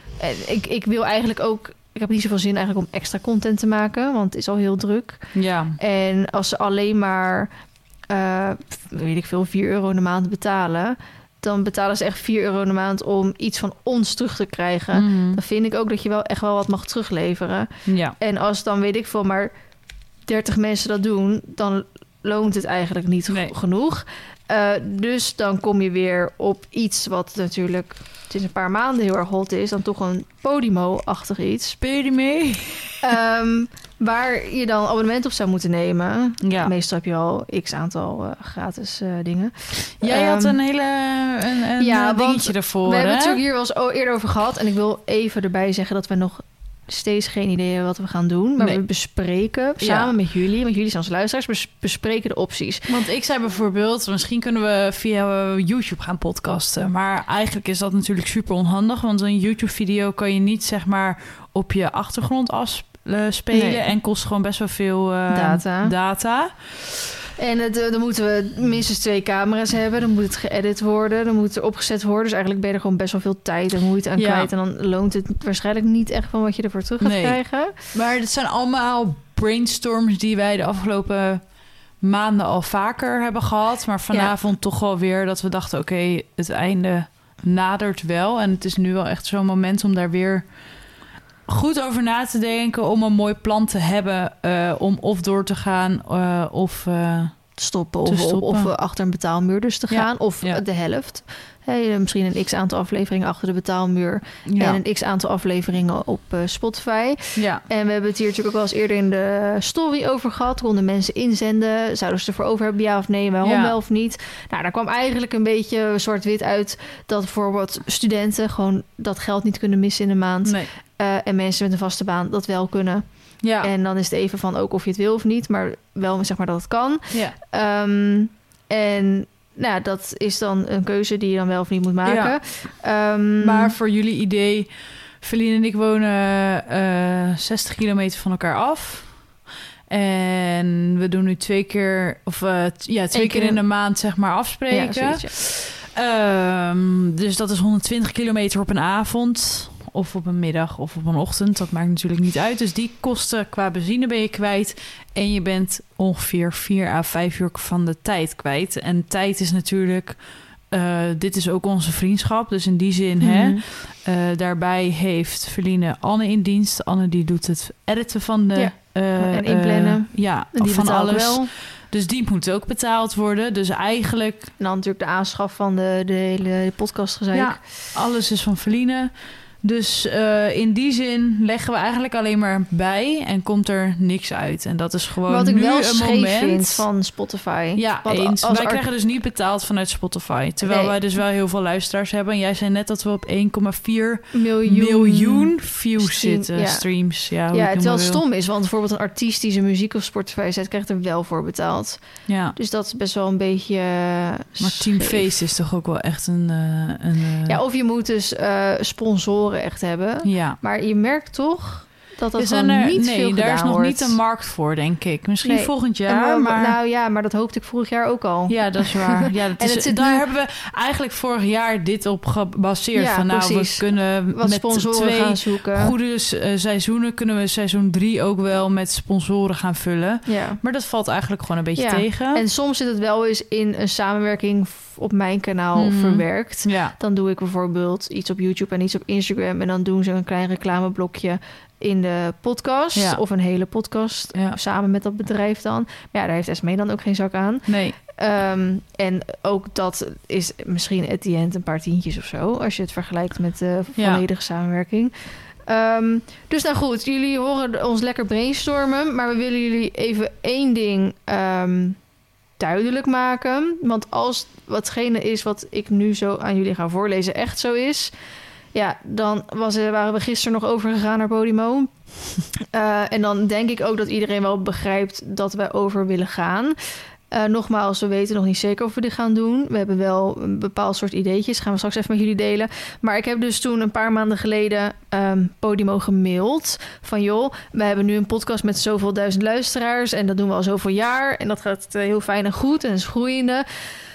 Speaker 1: ik, ik wil eigenlijk ook... Ik heb niet zoveel zin eigenlijk om extra content te maken. Want het is al heel druk.
Speaker 2: Ja.
Speaker 1: En als ze alleen maar... Uh, weet ik veel, vier euro in de maand betalen... dan betalen ze echt vier euro in de maand... om iets van ons terug te krijgen. Mm-hmm. Dan vind ik ook dat je wel echt wel wat mag terugleveren.
Speaker 2: Ja.
Speaker 1: En als dan, weet ik veel, maar dertig mensen dat doen... dan loont het eigenlijk niet
Speaker 2: nee.
Speaker 1: genoeg. Uh, dus dan kom je weer op iets wat natuurlijk sinds een paar maanden heel erg hot is. Dan toch een Podimo-achtig iets.
Speaker 2: Podimo.
Speaker 1: Um, waar je dan abonnement op zou moeten nemen.
Speaker 2: Ja.
Speaker 1: Meestal heb je al x aantal uh, gratis uh, dingen.
Speaker 2: Jij um, had een hele een, een
Speaker 1: ja,
Speaker 2: dingetje ervoor.
Speaker 1: We
Speaker 2: hè?
Speaker 1: hebben het natuurlijk hier wel eens eerder over gehad. En ik wil even erbij zeggen dat we nog steeds geen idee hebben wat we gaan doen. Maar nee. we bespreken samen ja. met jullie, met jullie zijn als luisteraars, bes- bespreken de opties.
Speaker 2: Want ik zei bijvoorbeeld, misschien kunnen we via YouTube gaan podcasten. Maar eigenlijk is dat natuurlijk super onhandig. Want een YouTube-video kan je niet zeg maar op je achtergrond afspelen. Nee. En kost gewoon best wel veel uh,
Speaker 1: data.
Speaker 2: data.
Speaker 1: En het, dan moeten we minstens twee camera's hebben. Dan moet het geëdit worden. Dan moet het opgezet worden. Dus eigenlijk ben je er gewoon best wel veel tijd en moeite aan ja. kwijt. En dan loont het waarschijnlijk niet echt van wat je ervoor terug gaat nee. krijgen.
Speaker 2: Maar het zijn allemaal brainstorms die wij de afgelopen maanden al vaker hebben gehad. Maar vanavond ja. toch wel weer dat we dachten, oké, okay, het einde nadert wel. En het is nu wel echt zo'n moment om daar weer goed over na te denken, om een mooi plan te hebben, uh, om of door te gaan uh, of uh,
Speaker 1: te stoppen,
Speaker 2: te
Speaker 1: of,
Speaker 2: stoppen.
Speaker 1: Of, of achter een betaalmuur dus te gaan,
Speaker 2: ja.
Speaker 1: of
Speaker 2: ja.
Speaker 1: de helft. Hey, misschien een x-aantal afleveringen achter de betaalmuur ja. en een x-aantal afleveringen op uh, Spotify.
Speaker 2: Ja.
Speaker 1: En we hebben het hier natuurlijk ook wel eens eerder in de story over gehad. Konden mensen inzenden? Zouden ze ervoor over hebben, ja of nee? Waarom ja. wel of niet? Nou, daar kwam eigenlijk een beetje zwart-wit uit dat bijvoorbeeld studenten gewoon dat geld niet kunnen missen in een maand.
Speaker 2: Nee.
Speaker 1: Uh, en mensen met een vaste baan dat wel kunnen.
Speaker 2: Ja.
Speaker 1: En dan is het even van ook of je het wil of niet, maar wel zeg maar dat het kan.
Speaker 2: Ja.
Speaker 1: Um, en nou, dat is dan een keuze die je dan wel of niet moet maken.
Speaker 2: Ja. Um, maar voor jullie idee, Feline en ik wonen uh, zestig kilometer van elkaar af. En we doen nu twee keer, of uh, t- ja, twee keer, keer in de maand zeg maar afspreken.
Speaker 1: Ja, zoiets, ja.
Speaker 2: Um, dus dat is honderdtwintig kilometer op een avond. Of op een middag of op een ochtend. Dat maakt natuurlijk niet uit. Dus die kosten qua benzine ben je kwijt. En je bent ongeveer vier à vijf uur van de tijd kwijt. En tijd is natuurlijk... Uh, dit is ook onze vriendschap. Dus in die zin, mm-hmm. hè, uh, daarbij heeft Feline Anne in dienst. Anne die doet het editen van de...
Speaker 1: Ja.
Speaker 2: Uh,
Speaker 1: en inplannen.
Speaker 2: Uh, ja,
Speaker 1: en die
Speaker 2: van alles.
Speaker 1: Wel.
Speaker 2: Dus die moet ook betaald worden. Dus eigenlijk...
Speaker 1: En dan natuurlijk de aanschaf van de, de hele podcastgezeik.
Speaker 2: Ja, alles is van Feline. Dus uh, in die zin leggen we eigenlijk alleen maar bij en komt er niks uit. En dat is gewoon
Speaker 1: wat ik
Speaker 2: nu
Speaker 1: wel
Speaker 2: een
Speaker 1: scheef
Speaker 2: moment
Speaker 1: vind van Spotify.
Speaker 2: Ja,
Speaker 1: Want
Speaker 2: eens. Wij art- krijgen dus niet betaald vanuit Spotify. Terwijl nee. wij dus wel heel veel luisteraars hebben. En jij zei net dat we op één komma vier miljoen, miljoen views stream, zitten. Ja. Streams. Ja,
Speaker 1: ja het wel stom is. Want bijvoorbeeld een artiest die zijn muziek op Spotify zet, krijgt er wel voor betaald.
Speaker 2: Ja.
Speaker 1: Dus dat is best wel een beetje uh,
Speaker 2: Maar Team Feest is toch ook wel echt een... Uh, een uh...
Speaker 1: Ja, of je moet dus uh, sponsoren echt hebben.
Speaker 2: Ja.
Speaker 1: Maar je merkt toch dat dat
Speaker 2: gewoon
Speaker 1: er,
Speaker 2: niet
Speaker 1: nee, veel gedaan
Speaker 2: daar is nog
Speaker 1: wordt.
Speaker 2: niet een markt voor, denk ik. Misschien nee. volgend jaar,
Speaker 1: maar,
Speaker 2: maar...
Speaker 1: Nou ja, maar dat hoopte ik vorig jaar ook al.
Speaker 2: Ja, dat is waar. Ja, dat
Speaker 1: en
Speaker 2: is,
Speaker 1: het zit
Speaker 2: daar
Speaker 1: nu...
Speaker 2: hebben we eigenlijk vorig jaar dit op gebaseerd.
Speaker 1: Ja,
Speaker 2: van nou,
Speaker 1: precies.
Speaker 2: we kunnen
Speaker 1: wat
Speaker 2: met
Speaker 1: sponsoren
Speaker 2: twee
Speaker 1: gaan zoeken.
Speaker 2: goede uh, seizoenen kunnen we seizoen drie ook wel met sponsoren gaan vullen.
Speaker 1: Ja.
Speaker 2: Maar dat valt eigenlijk gewoon een beetje
Speaker 1: ja.
Speaker 2: tegen.
Speaker 1: En soms zit het wel eens in een samenwerking op mijn kanaal mm-hmm. verwerkt.
Speaker 2: Ja.
Speaker 1: Dan doe ik bijvoorbeeld iets op YouTube en iets op Instagram. En dan doen ze een klein reclameblokje in de podcast.
Speaker 2: Ja.
Speaker 1: Of een hele podcast
Speaker 2: ja.
Speaker 1: samen met dat bedrijf dan. Maar ja, daar heeft Esmee dan ook geen zak aan.
Speaker 2: Nee.
Speaker 1: Um, en ook dat is misschien at the end een paar tientjes of zo. Als je het vergelijkt met de volledige ja. samenwerking. Um, dus nou goed, jullie horen ons lekker brainstormen. Maar we willen jullie even één ding um, duidelijk maken. Want als watgene is wat ik nu zo aan jullie ga voorlezen echt zo is... Ja, dan was, waren we gisteren nog overgegaan naar Podimo. Uh, en dan denk ik ook dat iedereen wel begrijpt dat wij over willen gaan. Uh, nogmaals, we weten nog niet zeker of we dit gaan doen. We hebben wel een bepaald soort ideetjes. Gaan we straks even met jullie delen. Maar ik heb dus toen een paar maanden geleden um, Podimo gemaild. Van joh, we hebben nu een podcast met zoveel duizend luisteraars. En dat doen we al zoveel jaar. En dat gaat uh, heel fijn en goed en is groeiende.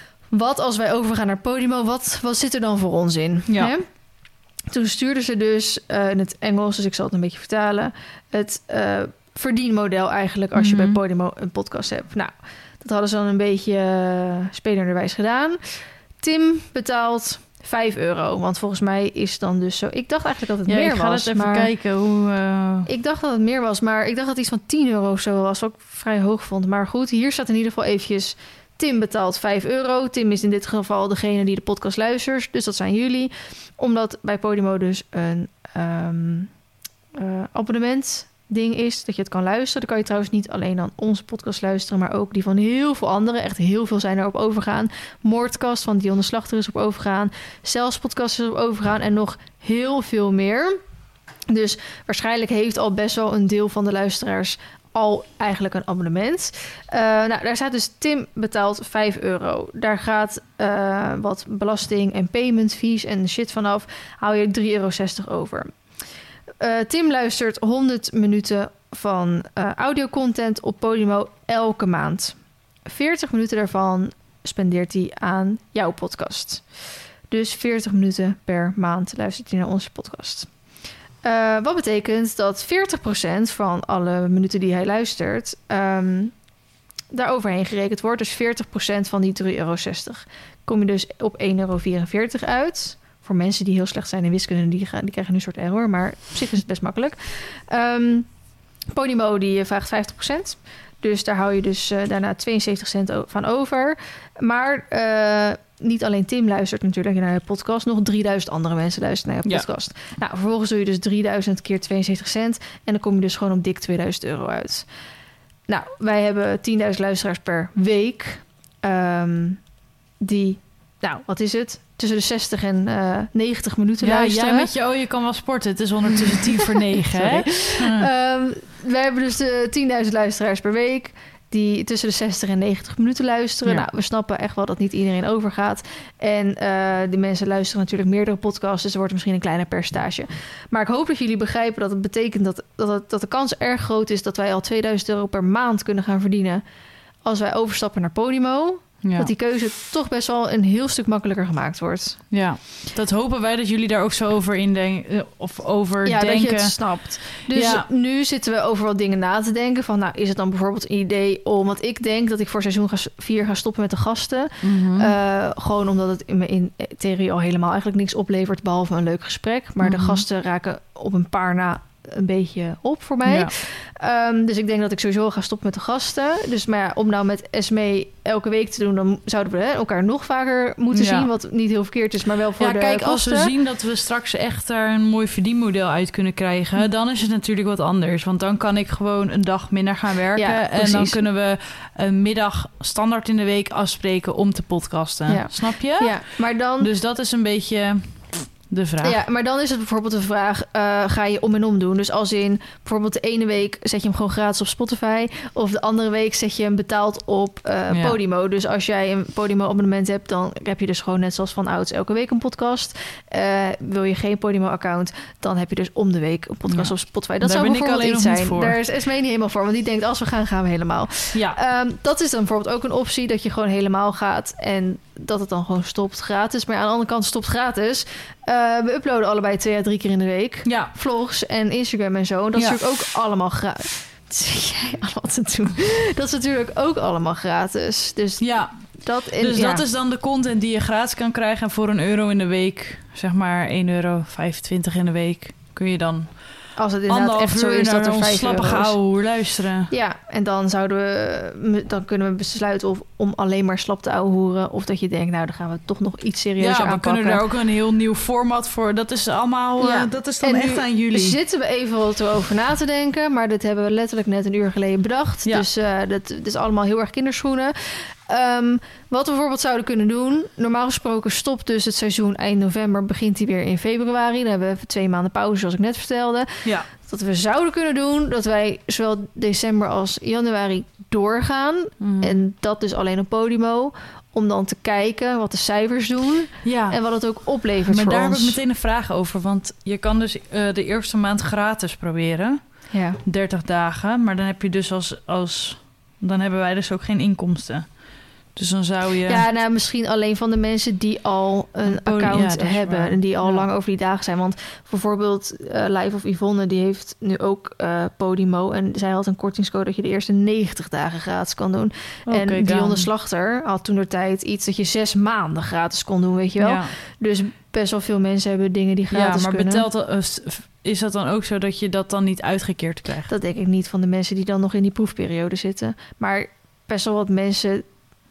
Speaker 1: Wat als wij overgaan naar Podimo? Wat, wat zit er dan voor ons in?
Speaker 2: Ja.
Speaker 1: Hè? Toen stuurden ze dus uh, in het Engels, dus ik zal het een beetje vertalen... het uh, verdienmodel eigenlijk als mm-hmm. je bij Podimo een podcast hebt. Nou, dat hadden ze dan een beetje uh, spelenderwijs gedaan. Tim betaalt vijf euro, want volgens mij is dan dus zo... Ik dacht eigenlijk dat het
Speaker 2: ja,
Speaker 1: meer
Speaker 2: ik ga
Speaker 1: was.
Speaker 2: Het even kijken hoe... Uh...
Speaker 1: Ik dacht dat het meer was, maar ik dacht dat het iets van tien euro of zo was, wat ik vrij hoog vond. Maar goed, hier staat in ieder geval eventjes Tim betaalt vijf euro. Tim is in dit geval degene die de podcast luistert. Dus dat zijn jullie. Omdat bij Podimo dus een um, uh, abonnement ding is, dat je het kan luisteren. Dan kan je trouwens niet alleen dan onze podcast luisteren, maar ook die van heel veel anderen. Echt heel veel zijn erop overgaan. Moordkast van Dionne Slachter is op overgaan. Zelfs podcast is op overgaan. En nog heel veel meer. Dus waarschijnlijk heeft al best wel een deel van de luisteraars al eigenlijk een abonnement. Uh, nou, daar staat dus Tim betaalt vijf euro. Daar gaat uh, wat belasting en payment fees en shit vanaf. Hou je drie euro zestig over. Uh, Tim luistert honderd minuten van uh, audiocontent op Podimo elke maand. veertig minuten daarvan spendeert hij aan jouw podcast. Dus veertig minuten per maand luistert hij naar onze podcast. Uh, wat betekent dat veertig procent van alle minuten die hij luistert Um, daar overheen gerekend wordt. Dus veertig procent van die drie euro zestig. Kom je dus op één euro vierenveertig uit. Voor mensen die heel slecht zijn in wiskunde, die, gaan, die krijgen nu een soort error. Maar op zich is het best makkelijk. Um, Podimo die vraagt vijftig procent. Dus daar hou je dus uh, daarna tweeënzeventig cent van over. Maar uh, niet alleen Tim luistert natuurlijk naar je podcast. Nog drieduizend andere mensen luisteren naar je podcast. Ja. Nou, vervolgens doe je dus drieduizend keer tweeënzeventig cent. En dan kom je dus gewoon op dik tweeduizend euro uit. Nou, wij hebben tienduizend luisteraars per week. Um, die, nou, wat is het? Tussen de zestig en uh, negentig minuten
Speaker 2: ja,
Speaker 1: luisteren.
Speaker 2: Ja, jij met je, oh, je kan wel sporten. Het is ondertussen tien voor negen, hè?
Speaker 1: Ja. Um, wij hebben dus de tienduizend luisteraars per week die tussen de zestig en negentig minuten luisteren. Ja. Nou, we snappen echt wel dat niet iedereen overgaat. En uh, die mensen luisteren natuurlijk meerdere podcasts, dus er wordt misschien een kleiner percentage. Maar ik hoop dat jullie begrijpen dat het betekent dat, dat, het, dat de kans erg groot is dat wij al tweeduizend euro per maand kunnen gaan verdienen als wij overstappen naar Podimo. Ja. Dat die keuze toch best wel een heel stuk makkelijker gemaakt wordt.
Speaker 2: Ja, dat hopen wij dat jullie daar ook zo over indenken of over
Speaker 1: ja,
Speaker 2: denken.
Speaker 1: Ja, dat je het snapt. Dus ja. Nu zitten we over wat dingen na te denken. Van, nou, is het dan bijvoorbeeld een idee om... Want ik denk dat ik voor seizoen vier ga stoppen met de gasten. Mm-hmm. Uh, gewoon omdat het in, me in theorie al helemaal eigenlijk niks oplevert, behalve een leuk gesprek. Maar mm-hmm. de gasten raken op een paar na een beetje op voor mij. Ja. Um, dus ik denk dat ik sowieso ga stoppen met de gasten. Dus maar ja, om nou met Esmee elke week te doen, dan zouden we hè, elkaar nog vaker moeten ja. zien. Wat niet heel verkeerd is, maar wel voor
Speaker 2: ja,
Speaker 1: de
Speaker 2: kijk,
Speaker 1: gasten.
Speaker 2: Als we zien dat we straks echt daar een mooi verdienmodel uit kunnen krijgen, dan is het natuurlijk wat anders. Want dan kan ik gewoon een dag minder gaan werken. Ja, en dan kunnen we een middag standaard in de week afspreken om te podcasten. Ja. Snap je?
Speaker 1: Ja, maar dan...
Speaker 2: Dus dat is een beetje... de vraag.
Speaker 1: Ja, maar dan is het bijvoorbeeld de vraag, uh, ga je om en om doen? Dus als in bijvoorbeeld de ene week zet je hem gewoon gratis op Spotify, of de andere week zet je hem betaald op uh, ja. Podimo. Dus als jij een Podimo abonnement hebt, dan heb je dus gewoon net zoals van ouds elke week een podcast. Uh, wil je geen Podimo account, dan heb je dus om de week een podcast ja. op Spotify. Dat
Speaker 2: Daar
Speaker 1: zou
Speaker 2: ben
Speaker 1: bijvoorbeeld
Speaker 2: ik
Speaker 1: iets zijn.
Speaker 2: Voor.
Speaker 1: Daar is Esmee niet helemaal voor, want die denkt als we gaan, gaan we helemaal.
Speaker 2: Ja.
Speaker 1: Um, dat is dan bijvoorbeeld ook een optie, dat je gewoon helemaal gaat en dat het dan gewoon stopt gratis. Maar aan de andere kant stopt gratis. Uh, we uploaden allebei twee à drie keer in de week.
Speaker 2: Ja.
Speaker 1: Vlogs en Instagram en zo. Dat ja. is natuurlijk ook allemaal gratis. Zeg jij allemaal te doen? Dat is natuurlijk ook allemaal gratis. Dus
Speaker 2: ja.
Speaker 1: Dat, in,
Speaker 2: dus
Speaker 1: ja.
Speaker 2: dat is dan de content die je gratis kan krijgen. En voor een euro in de week, zeg maar één euro vijfentwintig in de week, kun je dan...
Speaker 1: Als het inderdaad echt zo is dat er vijf
Speaker 2: slappige ouwe luisteren.
Speaker 1: Ja, en dan zouden we, dan kunnen we besluiten of om alleen maar slap te ouwehoeren, of dat je denkt, nou, dan gaan we toch nog iets serieuzer
Speaker 2: aanpakken.
Speaker 1: aanpakken.
Speaker 2: Ja, we kunnen daar ook een heel nieuw format voor. Dat is allemaal, ja. uh, dat is dan en echt aan jullie.
Speaker 1: Zitten we even wat over na te denken, maar dit hebben we letterlijk net een uur geleden bedacht. Ja. Dus uh, dat, dat is allemaal heel erg kinderschoenen. Um, wat we bijvoorbeeld zouden kunnen doen, normaal gesproken stopt dus het seizoen eind november, begint hij weer in februari. Dan hebben we even twee maanden pauze, zoals ik net vertelde.
Speaker 2: Ja.
Speaker 1: Dat we zouden kunnen doen, dat wij zowel december als januari doorgaan. Mm. En dat dus alleen op Podimo, om dan te kijken wat de cijfers doen
Speaker 2: ja.
Speaker 1: en wat het ook oplevert
Speaker 2: maar
Speaker 1: voor
Speaker 2: daar
Speaker 1: ons.
Speaker 2: heb ik meteen een vraag over, want je kan dus uh, de eerste maand gratis proberen.
Speaker 1: Ja.
Speaker 2: dertig dagen, maar dan heb je dus als, als dan hebben wij dus ook geen inkomsten. Dus dan zou je...
Speaker 1: Ja, nou, misschien alleen van de mensen die al een oh, account ja, hebben en die al ja. lang over die dagen zijn. Want bijvoorbeeld uh, Live of Yvonne, die heeft nu ook uh, Podimo. En zij had een kortingscode dat je de eerste negentig dagen gratis kan doen. Oh, en Dionne Slachter had toen de tijd iets dat je zes maanden gratis kon doen, weet je wel. Ja. Dus best wel veel mensen hebben dingen die gratis
Speaker 2: ja, maar
Speaker 1: kunnen.
Speaker 2: Betelt dat, is dat dan ook zo dat je dat dan niet uitgekeerd krijgt?
Speaker 1: Dat denk ik niet van de mensen die dan nog in die proefperiode zitten. Maar best wel wat mensen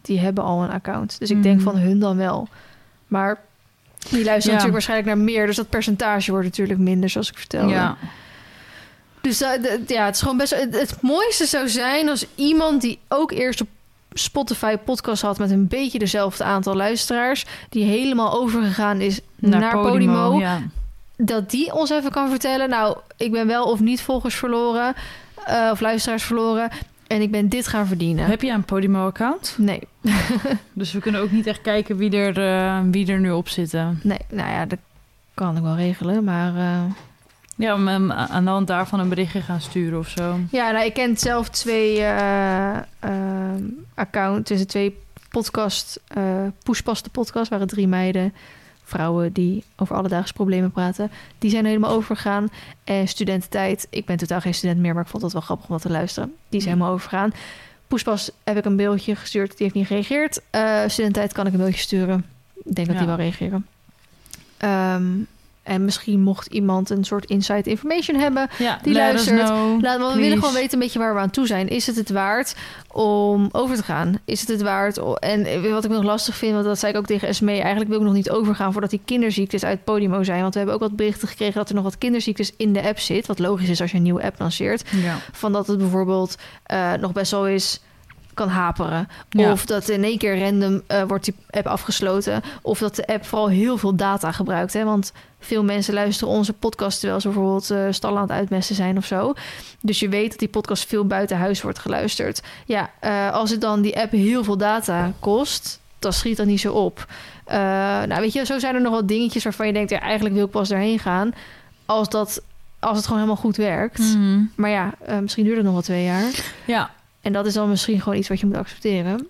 Speaker 1: die hebben al een account. Dus ik
Speaker 2: Mm.
Speaker 1: denk van hun dan wel. Maar die luisteren
Speaker 2: Ja.
Speaker 1: natuurlijk waarschijnlijk naar meer. Dus dat percentage wordt natuurlijk minder, zoals ik vertelde.
Speaker 2: Ja.
Speaker 1: Dus uh, d- ja, het is gewoon best... Het, het mooiste zou zijn als iemand die ook eerst op Spotify podcast had met een beetje dezelfde aantal luisteraars, die helemaal overgegaan is naar, naar Podimo, Podimo
Speaker 2: ja.
Speaker 1: dat die ons even kan vertellen, nou, ik ben wel of niet volgers verloren, uh, of luisteraars verloren, en ik ben dit gaan verdienen.
Speaker 2: Heb je een Podimo-account?
Speaker 1: Nee.
Speaker 2: Dus we kunnen ook niet echt kijken wie er, uh, wie er nu op zitten.
Speaker 1: Nee, nou ja, dat kan ik wel regelen, maar... Uh...
Speaker 2: Ja, om um, aan de hand daarvan een berichtje gaan sturen of zo.
Speaker 1: Ja, nou, ik ken zelf twee uh, uh, accounts, dus twee podcast, uh, Poespas de podcast, waren drie meiden, vrouwen die over alledaagse problemen praten. Die zijn helemaal overgegaan. En Studententijd, ik ben totaal geen student meer, maar ik vond het wel grappig om dat te luisteren. Die zijn helemaal overgegaan. Poespas heb ik een mailtje gestuurd, die heeft niet gereageerd. Uh, Studententijd kan ik een mailtje sturen. Ik denk dat ja. die wel reageren. Um, En misschien mocht iemand een soort inside information hebben
Speaker 2: ja,
Speaker 1: die luistert.
Speaker 2: Know,
Speaker 1: Laat, want we willen gewoon weten een beetje waar we aan toe zijn. Is het het waard om over te gaan? Is het het waard? En wat ik nog lastig vind, want dat zei ik ook tegen Esmee, eigenlijk wil ik nog niet overgaan voordat die kinderziektes uit Podimo zijn. Want we hebben ook wat berichten gekregen dat er nog wat kinderziektes in de app zit. Wat logisch is als je een nieuwe app lanceert.
Speaker 2: Ja.
Speaker 1: Van dat het bijvoorbeeld uh, nog best wel is... kan haperen.
Speaker 2: Ja.
Speaker 1: Of dat in één keer random uh, wordt die app afgesloten. Of dat de app vooral heel veel data gebruikt. Hè? Want veel mensen luisteren onze podcast terwijl ze bijvoorbeeld uh, stallen aan het uitmesten zijn of zo. Dus je weet dat die podcast veel buiten huis wordt geluisterd. Ja, uh, als het dan die app heel veel data kost, dan schiet dat niet zo op. Uh, nou, weet je, zo zijn er nog wat dingetjes waarvan je denkt, ja, eigenlijk wil ik pas daarheen gaan. Als dat, als het gewoon helemaal goed werkt.
Speaker 2: Mm-hmm.
Speaker 1: Maar ja, uh, misschien duurt het nog wel twee jaar.
Speaker 2: Ja.
Speaker 1: En dat is dan misschien gewoon iets wat je moet accepteren.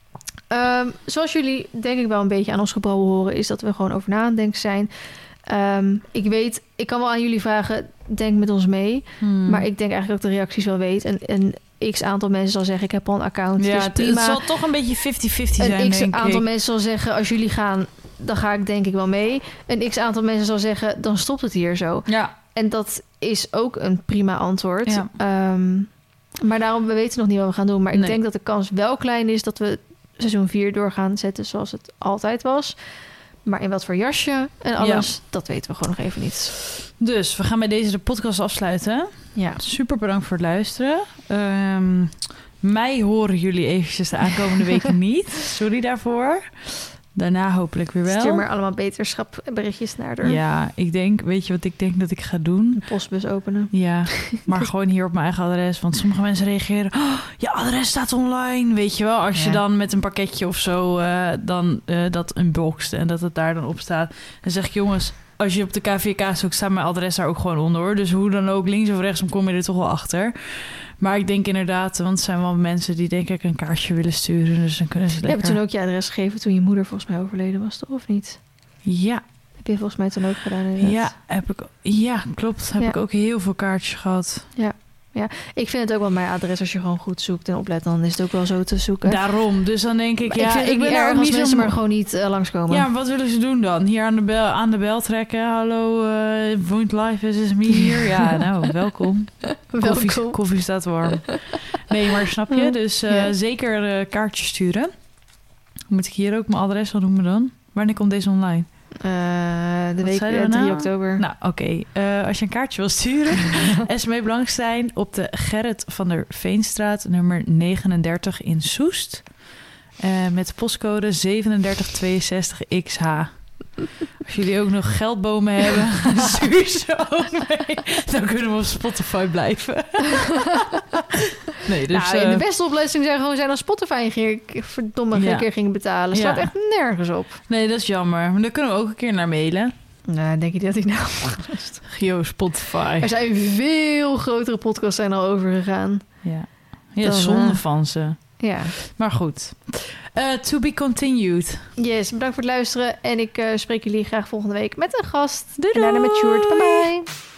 Speaker 1: Um, zoals jullie denk ik wel een beetje aan ons gebrouwen horen, is dat we gewoon over na aan het denken zijn. Um, ik weet, ik kan wel aan jullie vragen, denk met ons mee. Hmm. Maar ik denk eigenlijk dat ik de reacties wel weet. En een x aantal mensen zal zeggen, ik heb al een account.
Speaker 2: Ja,
Speaker 1: dus prima.
Speaker 2: Het zal toch een beetje fifty fifty zijn,
Speaker 1: Een x
Speaker 2: denk
Speaker 1: aantal
Speaker 2: ik.
Speaker 1: mensen zal zeggen, als jullie gaan, dan ga ik denk ik wel mee. Een x aantal mensen zal zeggen, dan stopt het hier zo.
Speaker 2: Ja.
Speaker 1: En dat is ook een prima antwoord.
Speaker 2: Ja.
Speaker 1: Um, Maar daarom, we weten nog niet wat we gaan doen. Maar ik
Speaker 2: nee.
Speaker 1: denk dat de kans wel klein is dat we seizoen vier door gaan zetten zoals het altijd was. Maar in wat voor jasje en alles, ja. dat weten we gewoon nog even niet.
Speaker 2: Dus we gaan bij deze de podcast afsluiten.
Speaker 1: Ja.
Speaker 2: Super bedankt voor het luisteren. Um, mij horen jullie eventjes de aankomende weken niet. Sorry daarvoor. Daarna hopelijk weer wel.
Speaker 1: Stuur maar allemaal beterschapberichtjes naar haar.
Speaker 2: Ja, ik denk, weet je wat ik denk dat ik ga doen?
Speaker 1: De postbus openen.
Speaker 2: Ja, maar gewoon hier op mijn eigen adres. Want sommige mensen reageren, oh, je adres staat online. Weet je wel, als ja. je dan met een pakketje of zo uh, dan uh, dat unboxt en dat het daar dan op staat. Dan zeg ik, jongens, als je op de K V K zoekt, staat mijn adres daar ook gewoon onder. Hoor. Dus hoe dan ook, links of rechtsom kom je er toch wel achter. Maar ik denk inderdaad, want het zijn wel mensen die denk ik een kaartje willen sturen. Dus dan kunnen ze lekker...
Speaker 1: Je hebt toen ook je adres gegeven toen je moeder volgens mij overleden was, toch? Of niet?
Speaker 2: Ja.
Speaker 1: Heb je volgens mij toen ook gedaan inderdaad.
Speaker 2: Ja, heb ik, ja klopt. Heb
Speaker 1: ja.
Speaker 2: ik ook heel veel kaartjes gehad.
Speaker 1: Ja. Ja, ik vind het ook wel mijn adres als je gewoon goed zoekt en oplet, dan is het ook wel zo te zoeken.
Speaker 2: Daarom, dus dan denk ik,
Speaker 1: maar
Speaker 2: ja,
Speaker 1: ik, vind het
Speaker 2: ik ben
Speaker 1: niet
Speaker 2: er
Speaker 1: erg
Speaker 2: ook
Speaker 1: als
Speaker 2: niet
Speaker 1: mensen
Speaker 2: zo...
Speaker 1: maar gewoon niet uh, langskomen.
Speaker 2: Ja, wat willen ze doen dan? Hier aan de bel, aan de bel trekken. Hallo, uh, woont live, is het me hier? Ja, nou, welkom. Koffie,
Speaker 1: welkom.
Speaker 2: koffie staat warm. Nee, maar snap je? Dus uh, ja. zeker uh, kaartjes sturen. Moet ik hier ook mijn adres al noemen dan? Wanneer komt deze online?
Speaker 1: Uh, de
Speaker 2: Wat
Speaker 1: week uh, drie
Speaker 2: nou?
Speaker 1: oktober.
Speaker 2: Nou, oké. Okay. Uh, als je een kaartje wil sturen, Esmee Blankstein op de Gerrit van der Veenstraat, nummer negenendertig in Soest. Uh, met de postcode zevenendertig tweeënzestig X H. Als jullie ook nog geldbomen hebben, stuur ze ook mee. Dan kunnen we op Spotify blijven. Nee, dus,
Speaker 1: nou, in de
Speaker 2: uh,
Speaker 1: beste oplossing zou gewoon zijn als Spotify een keer, verdomme
Speaker 2: ja.
Speaker 1: een keer ging betalen. Slaat
Speaker 2: ja.
Speaker 1: echt nergens op.
Speaker 2: Nee, dat is jammer. Maar daar kunnen we ook een keer naar mailen.
Speaker 1: Nou, denk je dat ik nou...
Speaker 2: Yo, Spotify.
Speaker 1: Er zijn veel grotere podcasts zijn al overgegaan.
Speaker 2: Ja, ja
Speaker 1: Dan,
Speaker 2: zonde
Speaker 1: uh,
Speaker 2: van ze.
Speaker 1: Ja.
Speaker 2: Maar goed. Uh, to be continued.
Speaker 1: Yes, bedankt voor het luisteren. En ik uh, spreek jullie graag volgende week met een gast.
Speaker 2: Doei doei.
Speaker 1: En daarna met Sjoerd. Bye bye.